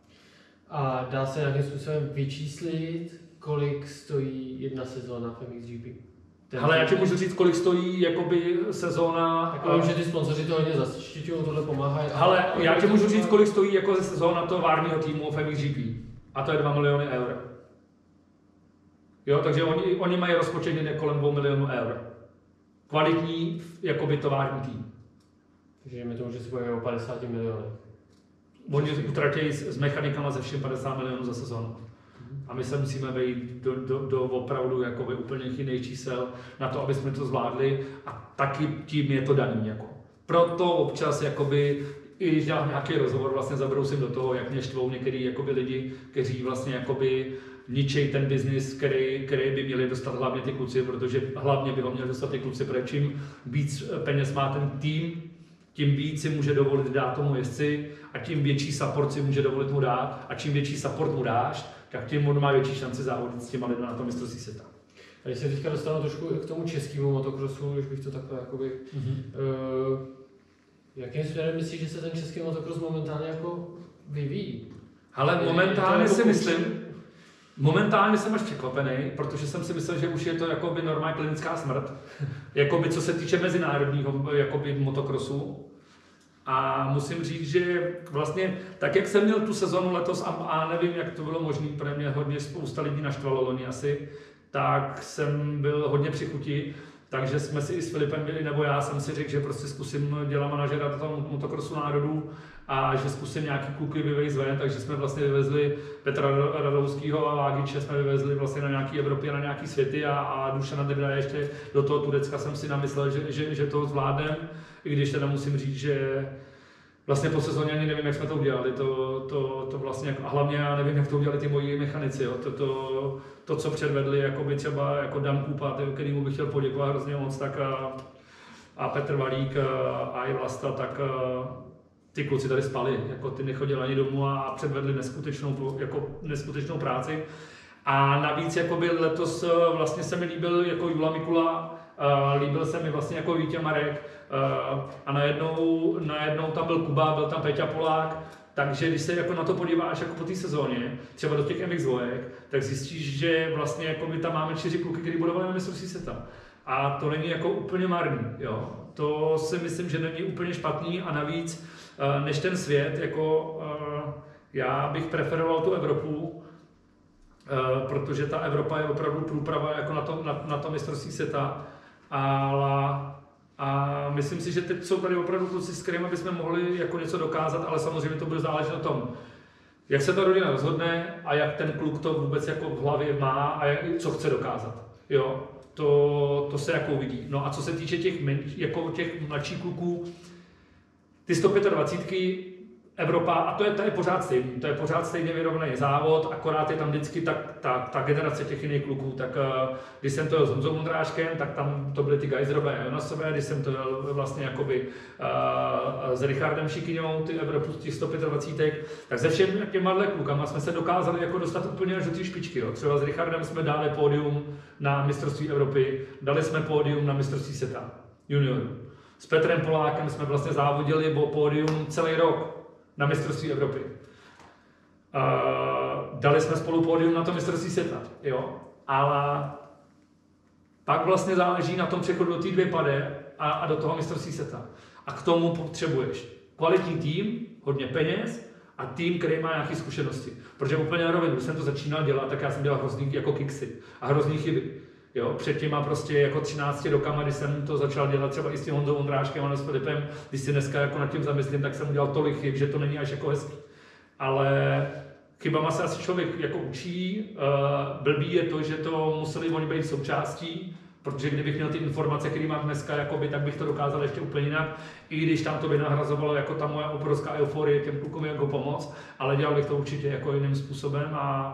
A dá se nějakým způsobem vyčíslit, kolik stojí jedna sezóna v MXGP? Ale já ti můžu říct, kolik stojí jakoby sezóna. Tak vím, že ty sponzoři to hodně zaštiťují, tohle pomáhají. Ale já ti můžu říct, kolik stojí jako sezóna toho várního týmu v MXGP. A to je 2 miliony eur. Jo, takže oni mají rozpočet někde kolem 2 milionů eur. Kvalitní, jakoby tovární tým. Takže mi to může si pojít o 50 milionů. Oni utratí s mechanikama ze všem 50 milionů za sezónu. A my se musíme vejít do opravdu jakoby úplně jiných čísel na to, aby jsme to zvládli a taky tím je to daný. Jako. Proto občas jakoby, i když dělám nějaký rozhovor, vlastně zabrousím do toho, jak mě štvou některý jakoby lidi, kteří vlastně jakoby ničej ten biznis, který by měli dostat hlavně ty kluci, protože hlavně by ho měli dostat ty kluci, protože čím víc peněz má ten tým, tím víc si může dovolit dát tomu jezdci a tím větší support si může dovolit mu dát a čím větší support mu dáš, tak tím on má větší šanci závodit s těma lidmi na tom mistrovství světa. A když se teďka dostanu trošku k tomu českému motokrosu, když bych to takhle jakoby... Jakým směrem myslíš, že se ten český motokros momentálně jako vyvíjí? Ale momentálně si myslím, Momentálně jsem až překvapený, protože jsem si myslel, že už je to jakoby normální klinická smrt, jakoby co se týče mezinárodního jakoby motokrosu. A musím říct, že vlastně tak, jak jsem měl tu sezonu letos a nevím, jak to bylo možné, protože mě hodně spousta lidí naštvalo loni asi, tak jsem byl hodně při chuti, takže jsme si i s Filipem byli, nebo já jsem si řekl, že prostě zkusím dělat manažera toho motokrosu národů a že zkusím nějaký kluky vyvést ven, takže jsme vlastně vyvezli Petra Radouskýho a Vágiče jsme vyvezli vlastně na nějaký Evropy a na nějaký světy a Dušana Drda ještě do toho Turecka jsem si namyslel, že to zvládnem, i když teda musím říct, že vlastně po sezóně ani nevím, jak jsme to udělali, to vlastně, a hlavně já nevím, jak to udělali ty moji mechanici, jo. To, co předvedli, jakoby třeba jako Dan Kupa, kterýmu bych chtěl poděkovat hrozně moc, tak a Petr Valík a i Vlasta, tak ty kluci tady spali, jako ty nechodili ani domů a předvedli neskutečnou práci. A navíc jakoby letos vlastně se mi líbil jako Jula Mikula, líbil se mi vlastně jako Vítě Marek a najednou tam byl Kuba, byl tam Peťa Polák, takže když se jako na to podíváš jako po té sezóně, třeba do těch MX dvojek, tak zjistíš, že vlastně jako my tam máme 4 kluky, který budou na mistrovství světa. A to není jako úplně marný, jo. To si myslím, že není úplně špatný a navíc než ten svět, jako já bych preferoval tu Evropu, protože ta Evropa je opravdu průprava jako na to mistrovství světa. A myslím si, že teď jsou tady opravdu kluci, s kterými bychom mohli jako něco dokázat, ale samozřejmě to bude záležet na tom, jak se ta rodina rozhodne a jak ten kluk to vůbec jako v hlavě má a co chce dokázat. Jo, to se jako uvidí. No a co se týče těch mladších kluků, ty 125 Evropa, a to je pořád stejný, to je pořád stejně vyrovnaný závod, akorát je tam vždycky ta generace těch jiných kluků, tak když jsem to jel s Honzou Vondráškem, tak tam to byly ty Geiserové a Jonasové, když jsem to jel vlastně jakoby s Richardem Šikyňou, ty Evropu z těch 125, tak se všemi těma klukama jsme se dokázali jako dostat úplně až do té špičky, jo. Třeba s Richardem jsme dali pódium na mistrovství Evropy, dali jsme pódium na mistrovství světa juniorů. S Petrem Polákem jsme vlastně závodili o pódium celý rok na mistrovství Evropy. Dali jsme spolu pódium na to mistrovství světa, jo. Ale pak vlastně záleží na tom přechodu do té 2 pade a do toho mistrovství světa. A k tomu potřebuješ kvalitní tým, hodně peněz a tým, který má nějaké zkušenosti. Protože úplně na rovinu, když jsem to začínal dělat, tak já jsem dělal hrozný jako kiksy a hrozný chyby. Jo, před těma prostě jako 13 rokama, když jsem to začal dělat třeba i s tím Honzou Vondráškem a s Filipem, když si dneska jako nad tím zamyslím, tak jsem udělal tolik chyb, že to není až jako hezký. Ale chybama se asi člověk jako učí, blbý je to, že to museli oni být součástí, protože kdybych měl ty informace, které mám dneska, jakoby, tak bych to dokázal ještě úplně jinak, i když tam to by nahrazovalo jako ta moje obrovská euforie těm klukům jako pomoc, ale dělal bych to určitě jako jiným způsobem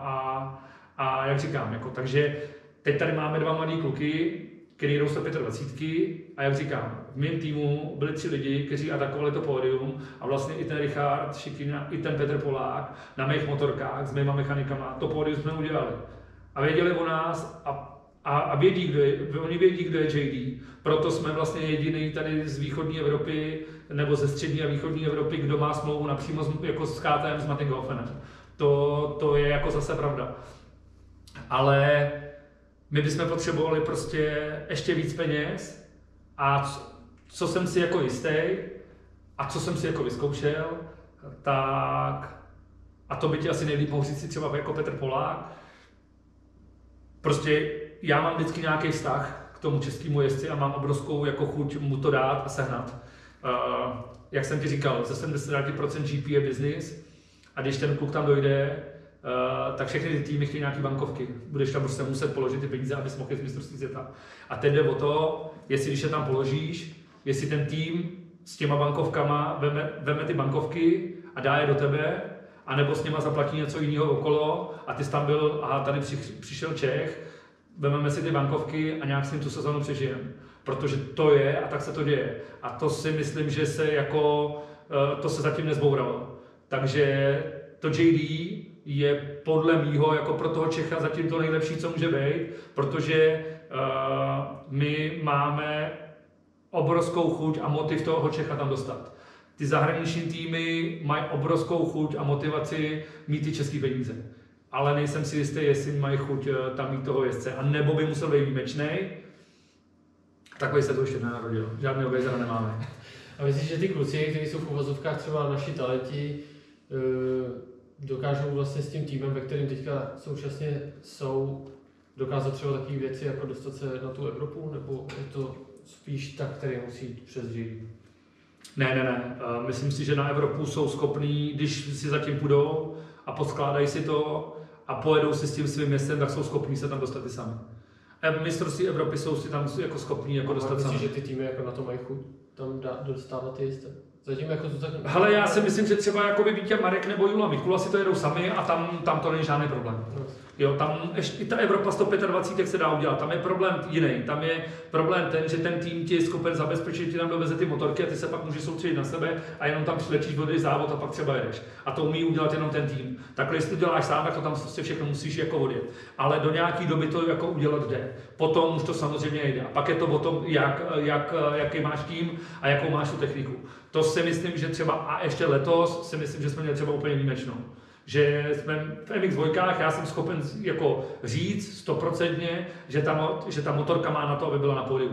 a jak říkám, jako, takže teď tady máme 2 mladý kluky, který jdou 125 a jak říkám, v mém týmu byli 3 lidi, kteří atakovali to pódium a vlastně i ten Richard Šikyňa, i ten Petr Polák na mých motorkách s mýma mechanikama, to pódium jsme udělali. A věděli o nás a vědí, oni vědí, kdo je JD. Proto jsme vlastně jediný tady z východní Evropy nebo ze střední a východní Evropy, kdo má smlouvu napřímo jako s KTM s Mattinghoffenem. To je jako zase pravda. Ale my bychom potřebovali prostě ještě víc peněz a co jsem si jako jistý a co jsem si jako vyzkoušel, tak a to by ti asi nejlíp mohl říct si třeba jako Petr Polák. Prostě já mám vždycky nějaký vztah k tomu českému jezdci a mám obrovskou jako chuť mu to dát a sehnat. Jak jsem ti říkal, ze 70% GP je business a když ten kluk tam dojde, tak všechny ty týmy chtějí nějaké bankovky. Budeš tam prostě muset položit ty peníze, abys mohl jít z mistrovství světa. A teď jde o to, jestli když je tam položíš, jestli ten tým s těma bankovkama veme ty bankovky a dá je do tebe, anebo s něma zaplatí něco jiného okolo a ty jsi tam byl, aha, tady přišel Čech, vezmeme si ty bankovky a nějak s ním tu sezonu přežijeme. Protože to je a tak se to děje. A to si myslím, že se jako, to se zatím nezbouralo. Takže to JD je podle mýho jako pro toho Čecha zatím to nejlepší, co může být, protože my máme obrovskou chuť a motiv toho Čecha tam dostat. Ty zahraniční týmy mají obrovskou chuť a motivaci mít ty české peníze. ale nejsem si jistý, jestli mají chuť tam mít toho jezdce, a nebo by musel být výjimečnej. Takový se to ještě nenarodil, žádného Gejzera nemáme. A myslíš, že ty kluci, kteří jsou v uvozovkách třeba naši talenti, dokážou vlastně s tím týmem, ve kterém teďka současně jsou, dokázat třeba takové věci, jako dostat se na tu Evropu, nebo je to spíš tak, který musí jít přes JD? Ne. Myslím si, že na Evropu jsou schopní, když si zatím půjdou a poskládají si to a pojedou si s tím svým městem, tak jsou schopní se tam dostat i sami. Mistrovství Evropy jsou si tam jako schopní jako dostat sami. Myslíš, že ty týmy jako na to mají chuť tam dostávat ty jisté? Zatím jako to tak... Hele, já si myslím, že třeba jako Vítě Marek nebo Jula Mikula si to jedou sami a tam to není žádný problém. Jo, tam ještě i ta Evropa 125, jak se dá udělat, tam je problém jiný. Tam je problém ten, že ten tým ti je schopen zabezpečit, ti tam doveze ty motorky a ty se pak můžeš soustředit na sebe a jenom tam přiletíš, odjedeš závod a pak třeba jedeš. A to umí udělat jenom ten tým. Takhle, jestli to děláš sám, tak to tam prostě všechno musíš jako odjet. Ale do nějaký doby to jako udělat jde. Potom už to samozřejmě jde. A pak je to o tom, jaký máš tým a jakou máš tu techniku. To si myslím, že třeba a ještě letos si myslím, že jsme měli třeba úplně výjimečnou. Že jsme v MX2, já jsem schopen jako říct 100%, že ta motorka má na to, aby byla na pódiu.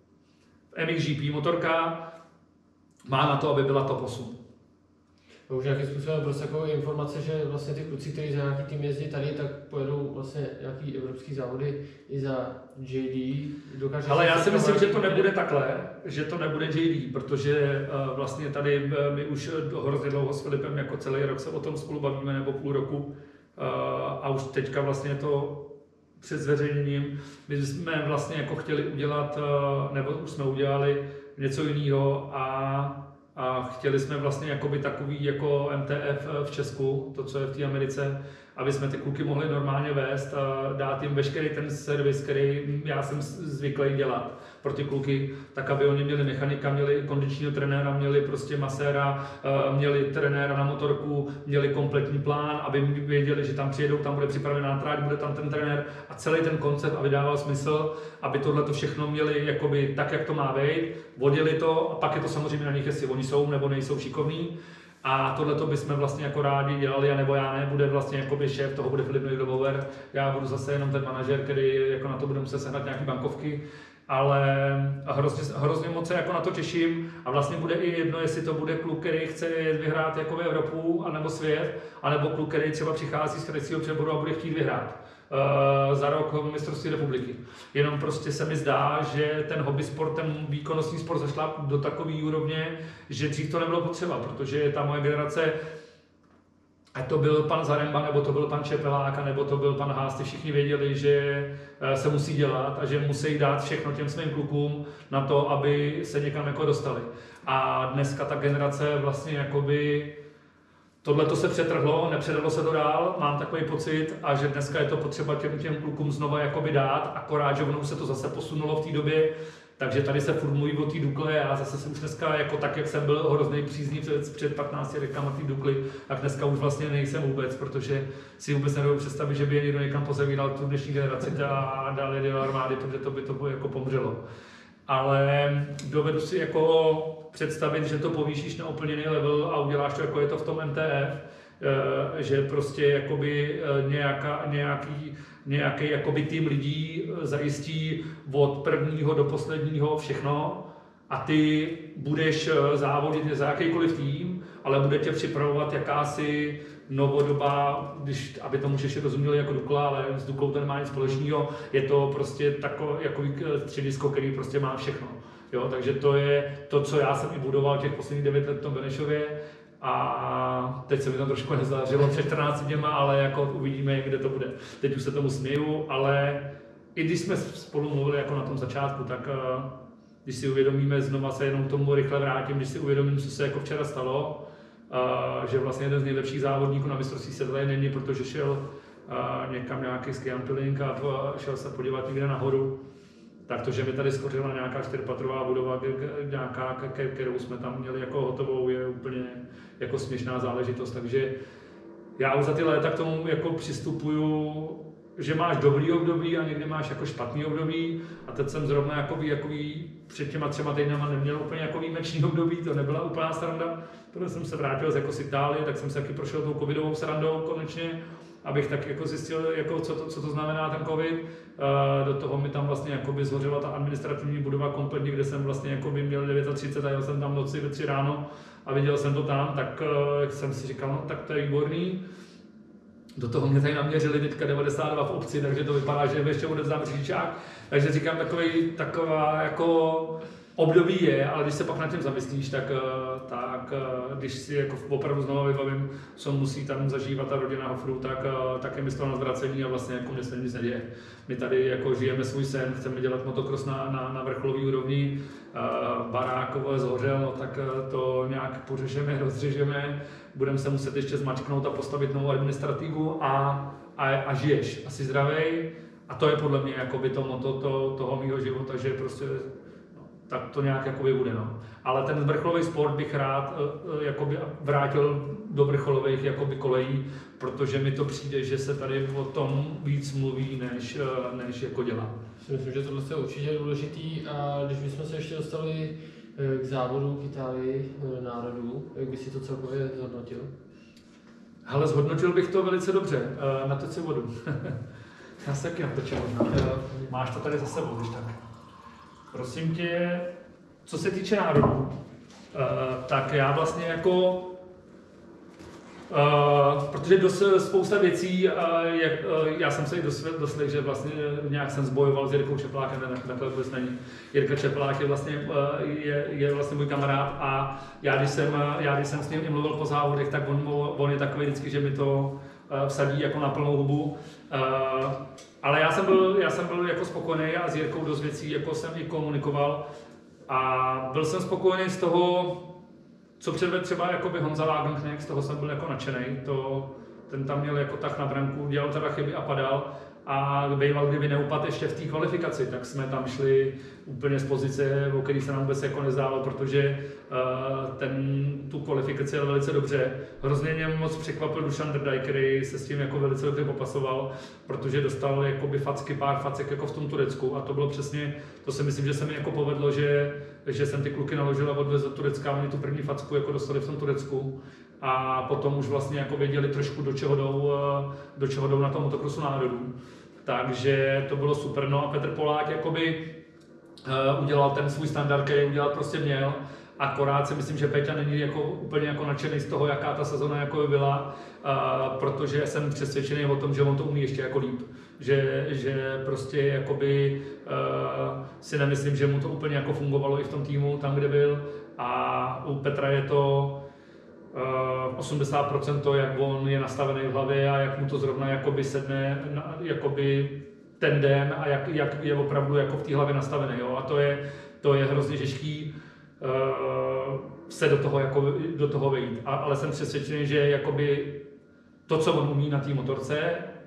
MXGP motorka má na to, aby byla top 8. Už nějakým způsobem prostě takové informace, že vlastně ty kluci, kteří za nějaký tým jezdí tady, tak pojedou vlastně nějaký evropský závody i za JD. Ale já si myslím, že to nebude takhle, že to nebude JD, protože vlastně tady my už hrozně dlouho s Filipem jako celý rok se o tom spolu bavíme, nebo půl roku, a už teďka vlastně je to před zveřejněním. My jsme vlastně jako chtěli udělat, nebo už jsme udělali něco jiného a chtěli jsme vlastně jakoby takový jako MTF v Česku, to, co je v té Americe, aby jsme ty kluky mohli normálně vést a dát jim veškerý ten servis, který já jsem zvyklý dělat pro ty kluky, tak aby oni měli mechanika, měli kondičního trenéra, měli prostě maséra, měli trenéra na motorku, měli kompletní plán, aby věděli, že tam přijedou, tam bude připravená tráť, bude tam ten trenér a celý ten koncept, aby dával smysl, aby tohle to všechno měli jakoby tak, jak to má být, odjeli to a pak je to samozřejmě na nich, jestli oni jsou nebo nejsou šikovní. A tohleto bychom vlastně jako rádi dělali, anebo já ne, bude vlastně jakoby šéf, toho bude Filip Nejdobauer, já budu zase jenom ten manažer, který jako na to bude muset sehnat nějaký bankovky, ale hrozně moc se jako na to těším a vlastně bude i jedno, jestli to bude kluk, který chce vyhrát jako Evropu, anebo svět, anebo kluk, který třeba přichází z krajského přeboru a bude chtít vyhrát za rok mistrovství republiky. Jenom prostě se mi zdá, že ten hobby sport, ten výkonnostní sport zašla do takové úrovně, že dřív to nebylo potřeba, protože ta moje generace, ať to byl pan Zaremba, nebo to byl pan Čepelák, nebo to byl pan Haas, ty všichni věděli, že se musí dělat a že musí dát všechno těm svým klukům na to, aby se někam jako dostali. A dneska ta generace vlastně jakoby tohle to se přetrhlo, nepředalo se to dál, mám takový pocit, a že dneska je to potřeba těm klukům znova jakoby dát, akorát, že ono se to zase posunulo v té době, takže tady se furt mluví o té Dukle a zase jsem už dneska jako tak, jak jsem byl hrozný příznivý před 15 rokama té Dukly, tak dneska už vlastně nejsem vůbec, protože si vůbec nedovedu představit, že by je někdo někam pozavíral tu dnešní generaci a dal je do armády, protože to by to jako pomřelo. Ale dovedu si jako představit, že to povýšíš na úplně jiný level a uděláš to, jako je to v tom MTF, že prostě jakoby nějaký jakoby tým lidí zajistí od prvního do posledního všechno a ty budeš závodit za jakýkoliv tým, ale bude tě připravovat jakási novodoba, aby tomu ještě rozuměli jako Dukla, ale s Duklou to nemá nic společného, je to prostě takový středisko, který prostě má všechno. Jo, takže to je to, co já jsem i budoval těch posledních 9 let v tom Benešově a teď se mi tam trošku nezařilo před 14 dněma, ale jako uvidíme, kde to bude. Teď už se tomu směju, ale i když jsme spolu mluvili jako na tom začátku, tak když si uvědomíme, znova se jenom k tomu rychle vrátím, když si uvědomím, co se jako včera stalo, že vlastně jeden z nejlepších závodníků na mistrovství světa není, protože šel někam nějaký skiampilink a šel se podívat někde nahoru. Tak to, že mi tady skořila nějaká 4patrová budova, nějaká, kterou jsme tam měli jako hotovou, je úplně jako směšná záležitost. Takže já už za ty léta k tomu jako přistupuju, že máš dobrý období a někdy máš jako špatný období. A teď jsem zrovna jakový před těma 3 týdnama neměl úplně jako výjimečný období, to nebyla úplná sranda. Protože jsem se vrátil z Itálie, tak jsem se taky prošel tou covidovou srandou konečně. abych tak jako zjistil, jako co to znamená ten covid. Do toho mi tam vlastně jakoby zhořela ta administrativní budova kompletně, kde jsem vlastně jakoby měl 39 a jel jsem tam noci ve 3 ráno a viděl jsem to tam, tak jsem si říkal, no tak to je výborný. Do toho mě tady naměřili teďka 92 v obci, takže to vypadá, že ještě odevzdám řidičák. Takže říkám, taková jako období je, ale když se pak nad tím zamyslíš, tak když si jako opravdu znovu vybavím, co musí tam zažívat ta rodina Hofrů, tak je mi z toho na zvracení a vlastně jako mě se nic neděje. My tady jako žijeme svůj sen, chceme dělat motocross na vrcholový úrovni, barák zhořel, no, tak to nějak pořešeme, rozřežeme, budeme se muset ještě zmačknout a postavit novou administrativu a žiješ, asi zdravej. A to je podle mě jakoby to moto toho mýho života, že prostě tak to nějak jakoby bude. No. Ale ten vrcholový sport bych rád jakoby vrátil do vrcholových jakoby kolejí, protože mi to přijde, že se tady o tom víc mluví, než jako dělá. Myslím, že tohle je určitě důležitý a když bychom se ještě dostali k závodu k Itálii národů, jak by si to celkově zhodnotil? Hele, zhodnotil bych to velice dobře. Natoč si vodu. Já se taky natočím možná. Máš to tady za sebou, když tak. Prosím tě, co se týče národů, tak já vlastně jako, protože spousta věcí, já jsem se i doslechl, že vlastně nějak jsem zbojoval s Jirkou Čeplákem, takhle vůbec není. Jirka Čeplák je vlastně můj kamarád a já když jsem s ním i mluvil po závodech, tak on je takový vždycky, že mi to vsadí jako na plnou hubu. Ale já jsem byl jako spokojený a s Jirkou dost věcí jako jsem i komunikoval a byl jsem spokojený z toho, co předvedl třeba jakoby Honza Wagenknecht, z toho jsem byl jako nadšenej. Ten tam měl jako tah na branku, dělal teda chyby a padal a býval, kdyby neupadl ještě v té kvalifikaci, tak jsme tam šli úplně z pozice, o který se nám vůbec jako nezdálo, protože tu kvalifikaci jel velice dobře. Hrozně mě moc překvapil Dušan Drdaj, který se s tím jako velice dobře popasoval, protože dostal jakoby pár facek jako v tom Turecku a to bylo přesně, to si myslím, že se mi jako povedlo, že jsem ty kluky naložil a odvezl do Turecka a oni tu první facku jako dostali v tom Turecku. A potom už vlastně jako věděli trošku, do čeho jdou na tom motocrossu národů. Takže to bylo super. No a Petr Polák jakoby udělal ten svůj standard, který udělat prostě měl. Akorát si myslím, že Peťa není jako úplně jako nadšený z toho, jaká ta sezona jako byla, protože jsem přesvědčený o tom, že on to umí ještě jako líp. Že prostě jakoby si nemyslím, že mu to úplně jako fungovalo i v tom týmu, tam, kde byl. A u Petra je to 80% to, jak on je nastavený v hlavě a jak mu to zrovna jakoby sedne jakoby ten den a jak je opravdu jako v té hlavě nastavený. Jo? A to je hrozně těžký se do toho vejít. Ale jsem přesvědčený, že jakoby to, co on umí na té motorce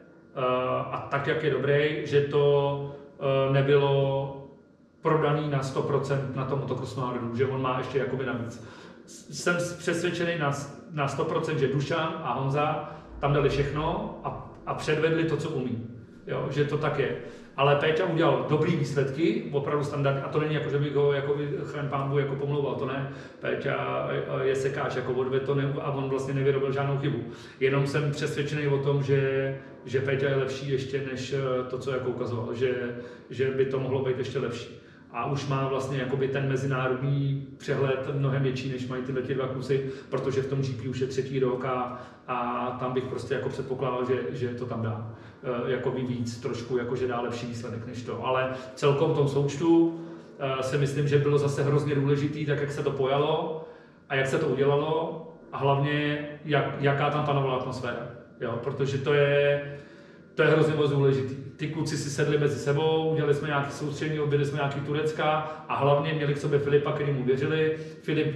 a tak, jak je dobrý, že to nebylo prodaný na 100% na tom motocrossu národů, že on má ještě jakoby navíc. Jsem přesvědčený na 100%, že Dušan a Honza tam dali všechno a předvedli to, co umí. Jo, že to tak je. Ale Péťa udělal dobrý výsledky, opravdu standardní, a to není jako, že bych ho jako chraň pánbu jako pomlouval, to ne. Péťa je sekáč, jako odved to ne, a on vlastně nevyrobil žádnou chybu. Jenom jsem přesvědčený o tom, že Péťa je lepší ještě než to, co jako ukazoval, že by to mohlo být ještě lepší. A už má vlastně jakoby ten mezinárodní přehled mnohem větší, než mají tyhle dva kusy, protože v tom GP už je 3. rok a tam bych prostě jako předpokládal, že to tam dá jakoby víc, trošku jakože dá lepší výsledek než to. Ale celkom v tom součtu si myslím, že bylo zase hrozně důležitý, tak jak se to pojalo a jak se to udělalo a hlavně jaká tam panovala atmosféra. Jo? Protože to je hrozně moc důležitý. Ty kluci si sedli mezi sebou, udělali jsme nějaké soustředění, objeli jsme nějaký Turecka a hlavně měli k sobě Filipa, který mu věřili. Filip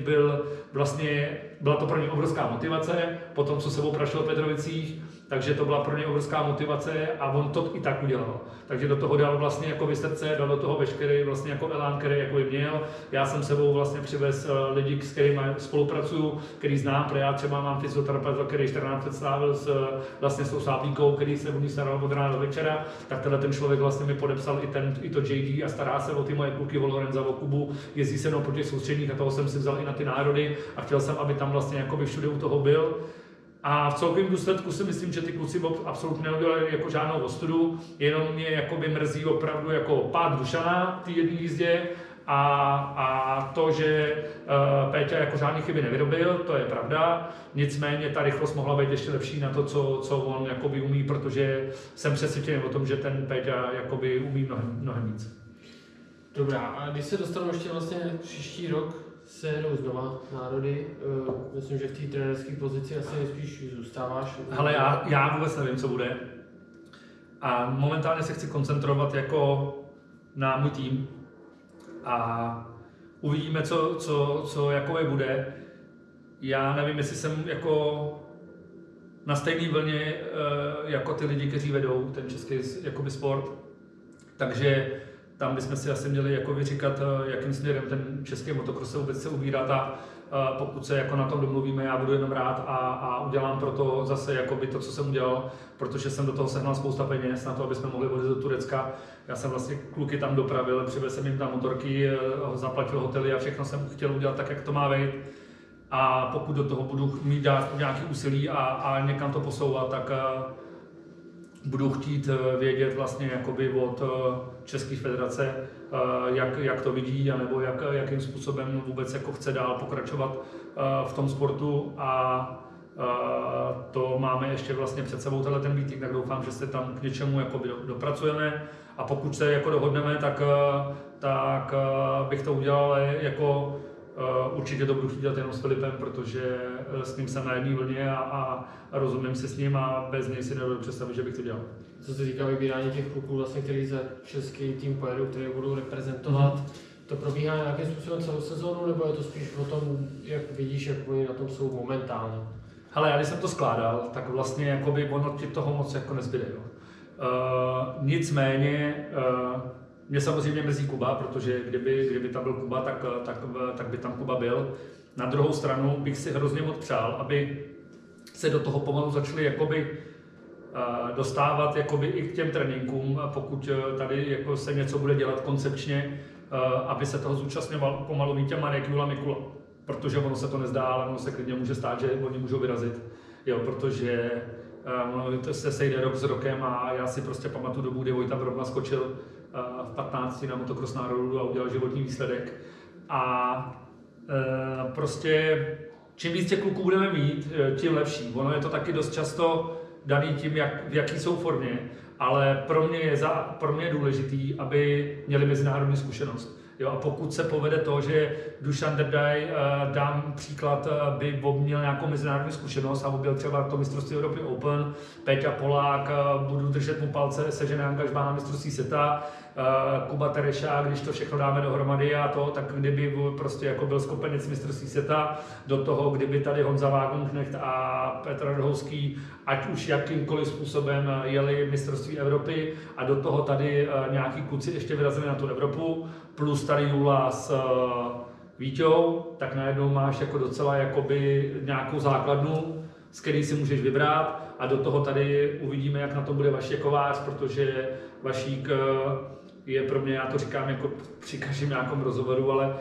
byla to pro ně obrovská motivace, potom co sebou prašil v Petrovicích, takže to byla pro ně obrovská motivace a on to i tak udělal. Takže do toho dal vlastně jako srdce, dal do toho veškerý vlastně jako elán, který jako měl. Já jsem sebou vlastně přivez lidi, s kterými spolupracuju, který znám, protože já třeba mám fyzioterapeuta, který 14 let strávil s tou Sáblíkou, který se o ní staral od rána do večera, tak ten člověk vlastně mi podepsal i to JD a stará se o ty moje kluky, o Lorenza, o Kubu, jezdí se mnou po těch soustředních a toho jsem si vzal i na ty národy a chtěl jsem, aby tam vlastně jakoby všude u toho byl. A v celkovém důsledku si myslím, že ty kluci absolutně neudělali jako žádnou ostudu, jenom mě jakoby mrzí opravdu jako pád Dušana v té jedné jízdě a to, že Péťa jako žádný chyby nevyrobil, to je pravda. Nicméně ta rychlost mohla být ještě lepší na to, co on jakoby umí, protože jsem přesvědčený o tom, že ten Péťa jakoby umí mnohem víc. Dobrá, a když se dostanu ještě vlastně příští rok, se jedou znova národy, myslím, že v té trenérské pozici asi nejspíš zůstáváš. Hele, já vůbec nevím, co bude. A momentálně se chci koncentrovat jako na můj tým. A uvidíme, co jakoby bude. Já nevím, jestli jsem jako na stejné vlně jako ty lidi, kteří vedou ten český jakoby sport. Takže tam bychom si asi měli jako vyříkat, jakým směrem ten český motocross se vůbec se ubírat a pokud se jako na tom domluvíme, já budu jenom rád a udělám pro to zase jakoby to, co jsem udělal, protože jsem do toho sehnal spousta peněz na to, aby jsme mohli odjet do Turecka. Já jsem vlastně kluky tam dopravil, přivezl jsem jim tam motorky, zaplatil hotely a všechno jsem chtěl udělat tak, jak to má být. A pokud do toho budu mít dát nějaké úsilí a někam to posouvat, tak budu chtít vědět vlastně jakoby od České federace, jak to vidí, anebo jakým způsobem vůbec jako chce dál pokračovat v tom sportu a to máme ještě vlastně před sebou ten meeting, tak doufám, že se tam k něčemu jakoby dopracujeme a pokud se jako dohodneme, tak bych to udělal jako určitě to budu chtít dělat jenom s Filipem, protože s ním jsem na jedné vlně a rozumím si s ním a bez něj si nedovedu představit, že bych to dělal. Co se týká vybírání těch kluků, vlastně, který za český tým pojedou, který budou reprezentovat, to probíhá nějakým způsobem celou sezónu, nebo je to spíš o tom, jak vidíš, jak oni na tom jsou momentálně? Hele, já když jsem to skládal, tak vlastně jakoby ono ti toho moc jako nezbyde. Nicméně mě samozřejmě mrzí Kuba, protože kdyby tam byl Kuba, tak by tam Kuba byl. Na druhou stranu bych si hrozně moc přál, aby se do toho pomalu začali jakoby dostávat jakoby i k těm tréninkům, pokud tady jako se něco bude dělat koncepčně, aby se toho zúčastňoval pomalu Vítě Marek, Jula Mikula. Protože ono se to nezdá, ale ono se klidně může stát, že oni můžou vyrazit. Jo, protože to se sejde rok s rokem a já si prostě pamatuju dobu, kdy Vojta Brok naskočil v 15 na motocross národu a udělal životní výsledek. A prostě čím víc těch kluků budeme mít, tím lepší. Ono je to taky dost často daný tím, v jaký jsou formě, ale pro mě je důležitý, aby měli mezinárodní zkušenost. Jo, a pokud se povede to, že Dušan Drdaj, dám příklad, by měl nějakou mezinárodní zkušenost a byl třeba to mistrovství Evropy Open, Péťa Polák, budu držet mu palce, sežené angažmá na mistrovství světa, Kuba Terešák, když to všechno dáme dohromady a to, tak kdyby prostě jako byl skopenec mistrovství světa, do toho, kdyby tady Honza Wagenknecht a Petr Rohouský, ať už jakýmkoliv způsobem jeli mistrovství Evropy a do toho tady nějaký kluci ještě vyrazili na tu Evropu, plus tady Jula s Víťou, tak najednou máš jako docela jakoby nějakou základnu, z který si můžeš vybrat a do toho tady uvidíme, jak na to bude Vašek Kovář, protože Vašík je pro mě, já to říkám jako při každém nějakém rozhovoru, ale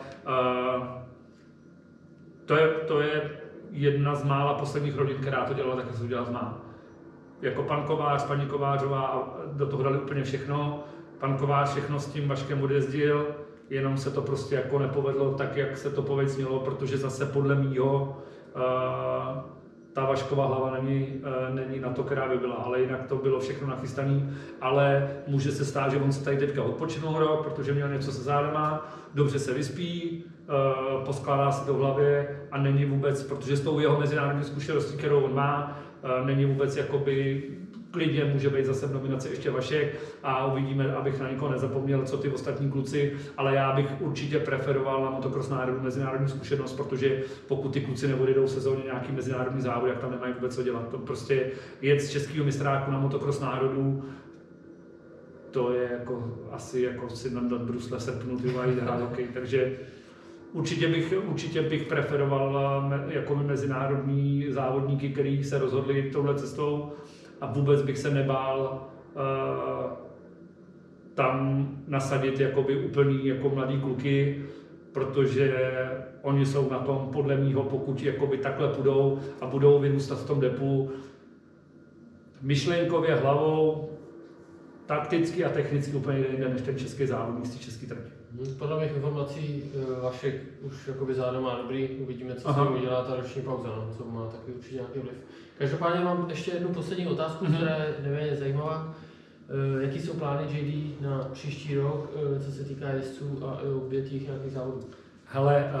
to je jedna z mála posledních rodin, která to dělala tak, jak se udělala má. Jako pan Kovář, paní Kovářová a do toho dali úplně všechno. Pan Kovář všechno s tím Vaškem odjezdil, jenom se to prostě jako nepovedlo tak, jak se to povedt mělo, protože zase podle mýho ta Vaškova hlava není na to, která by byla, ale jinak to bylo všechno nachystané, ale může se stát, že on se tady teďka odpočinul rok, protože měl něco se zádama, dobře se vyspí, poskládá si to v hlavě a není vůbec, protože s tou jeho mezinárodní zkušeností, kterou on má, není vůbec jakoby klidně může být zase v nominaci ještě Vašek a uvidíme, abych na nikoho nezapomněl, co ty ostatní kluci, ale já bych určitě preferoval na motocross národu mezinárodní zkušenost, protože pokud ty kluci neodjedou v sezóně nějaký mezinárodní závod, jak tam nemají vůbec co dělat. To prostě jet z českého mistráku na motocross národů, to je jako asi jako si nandat brusle sepnutý a jít hrát hokej, takže určitě bych preferoval jako mezinárodní závodníky, kteří se rozhodli touhle cestou a vůbec bych se nebál tam nasadit jakoby úplný jako mladý kluky protože oni jsou na tom, podle mýho, pokud jakoby takhle půjdou a budou vyrůstat v tom depu myšlenkově, hlavou, takticky a technicky úplně jinde než ten český závodník z té české trati. Podle mých informací Vašek už jakoby záda má dobrý, uvidíme, co se mu udělá ta roční pauza, no, co má taky určitě nějaký vliv. Každopádně mám ještě jednu poslední otázku, která je neméně zajímavá. Jaký jsou plány JD na příští rok, co se týká jezdců a obětích nějakých závodů? Hele,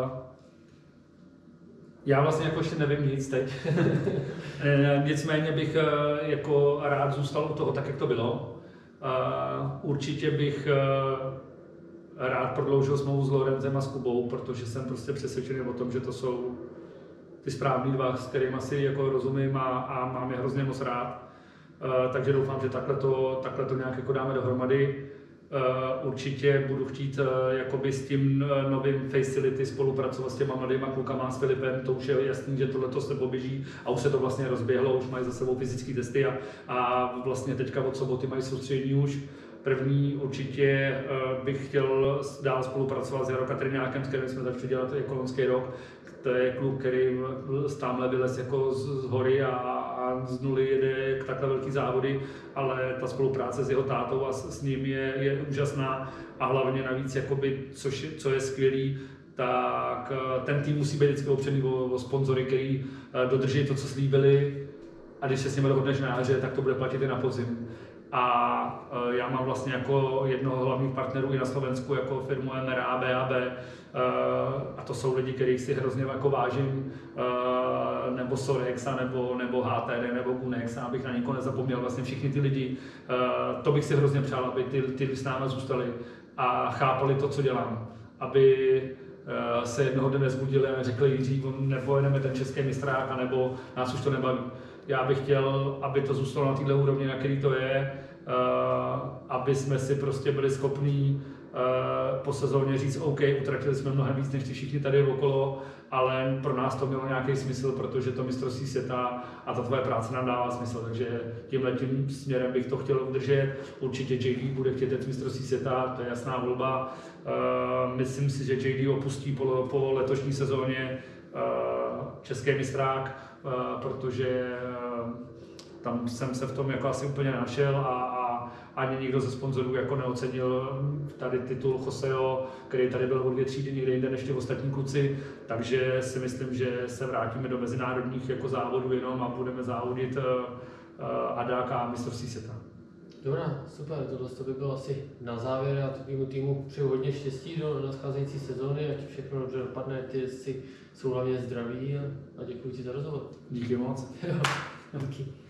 já vlastně jako ještě nevím nic teď. Nicméně bych jako rád zůstal u toho tak, jak to bylo. Určitě bych rád prodloužil smlouvu s Lorenzem a s Kubou, protože jsem prostě přesvědčený o tom, že to jsou ty správný dva, s kterými si jako rozumím a mám je hrozně moc rád. Takže doufám, že takhle to nějak jako dáme dohromady. Určitě budu chtít jakoby s tím novým Facility spolupracovat s těma mladýma klukama, s Filipem, to už je jasný, že tohle se poběží a už se to vlastně rozběhlo, už mají za sebou fyzické testy a vlastně teďka od soboty mají soustředění už. První určitě bych chtěl dál spolupracovat s Jaro Katriňákem, s kterým jsme začali dělat jako loňský rok. To je kluk, který tamhle vylez jako z hory a z nuly jede k takhle velký závody, ale ta spolupráce s jeho tátou a s ním je úžasná a hlavně navíc, jakoby, co je skvělý, tak ten tým musí být vždycky opřený o sponzory, který dodrží to, co slíbili a když se s nimi dohodneš na jaře, tak to bude platit i na podzim. A já mám vlastně jako jednoho hlavních partnerů i na Slovensku jako firmu MRA, BAB, a to jsou lidi, kterých si hrozně jako vážím, nebo Sorexa, nebo HTD, nebo Gunex, abych na nikoho nezapomněl, vlastně všichni ty lidi, to bych si hrozně přál, aby ty s námi zůstali a chápali to, co dělám, aby se jednoho dne nezbudili a řekli Jiří, nepojedeme ten český mistrák, anebo nás už to nebaví. Já bych chtěl, aby to zůstalo na této úrovni, na který to je, aby jsme si prostě byli schopní po sezóně říct, OK, utratili jsme mnohem víc než ty všichni tady okolo, ale pro nás to mělo nějaký smysl, protože to mistrovství světa a ta tvoje práce nám dává smysl, takže tímhletím směrem bych to chtěl udržet. Určitě JD bude chtět jít mistrovství světa, to je jasná volba. Myslím si, že JD opustí po letošní sezóně český mistrák, protože tam jsem se v tom jako asi úplně našel a ani nikdo ze sponzorů jako neocenil tady titul Joseho, který tady byl o 2 třídy někde jinde než ty ostatní kluci, takže si myslím, že se vrátíme do mezinárodních jako závodů jenom a budeme závodit ADAC a mistrovství světa. Dobrá, super, tohle by bylo asi na závěr. Já tvýmu týmu přeju hodně štěstí do nadcházející sezóny, ať všechno dobře dopadne, ty jezdci jsou hlavně zdraví a děkuji ti za rozhovor. Díky moc. Díky.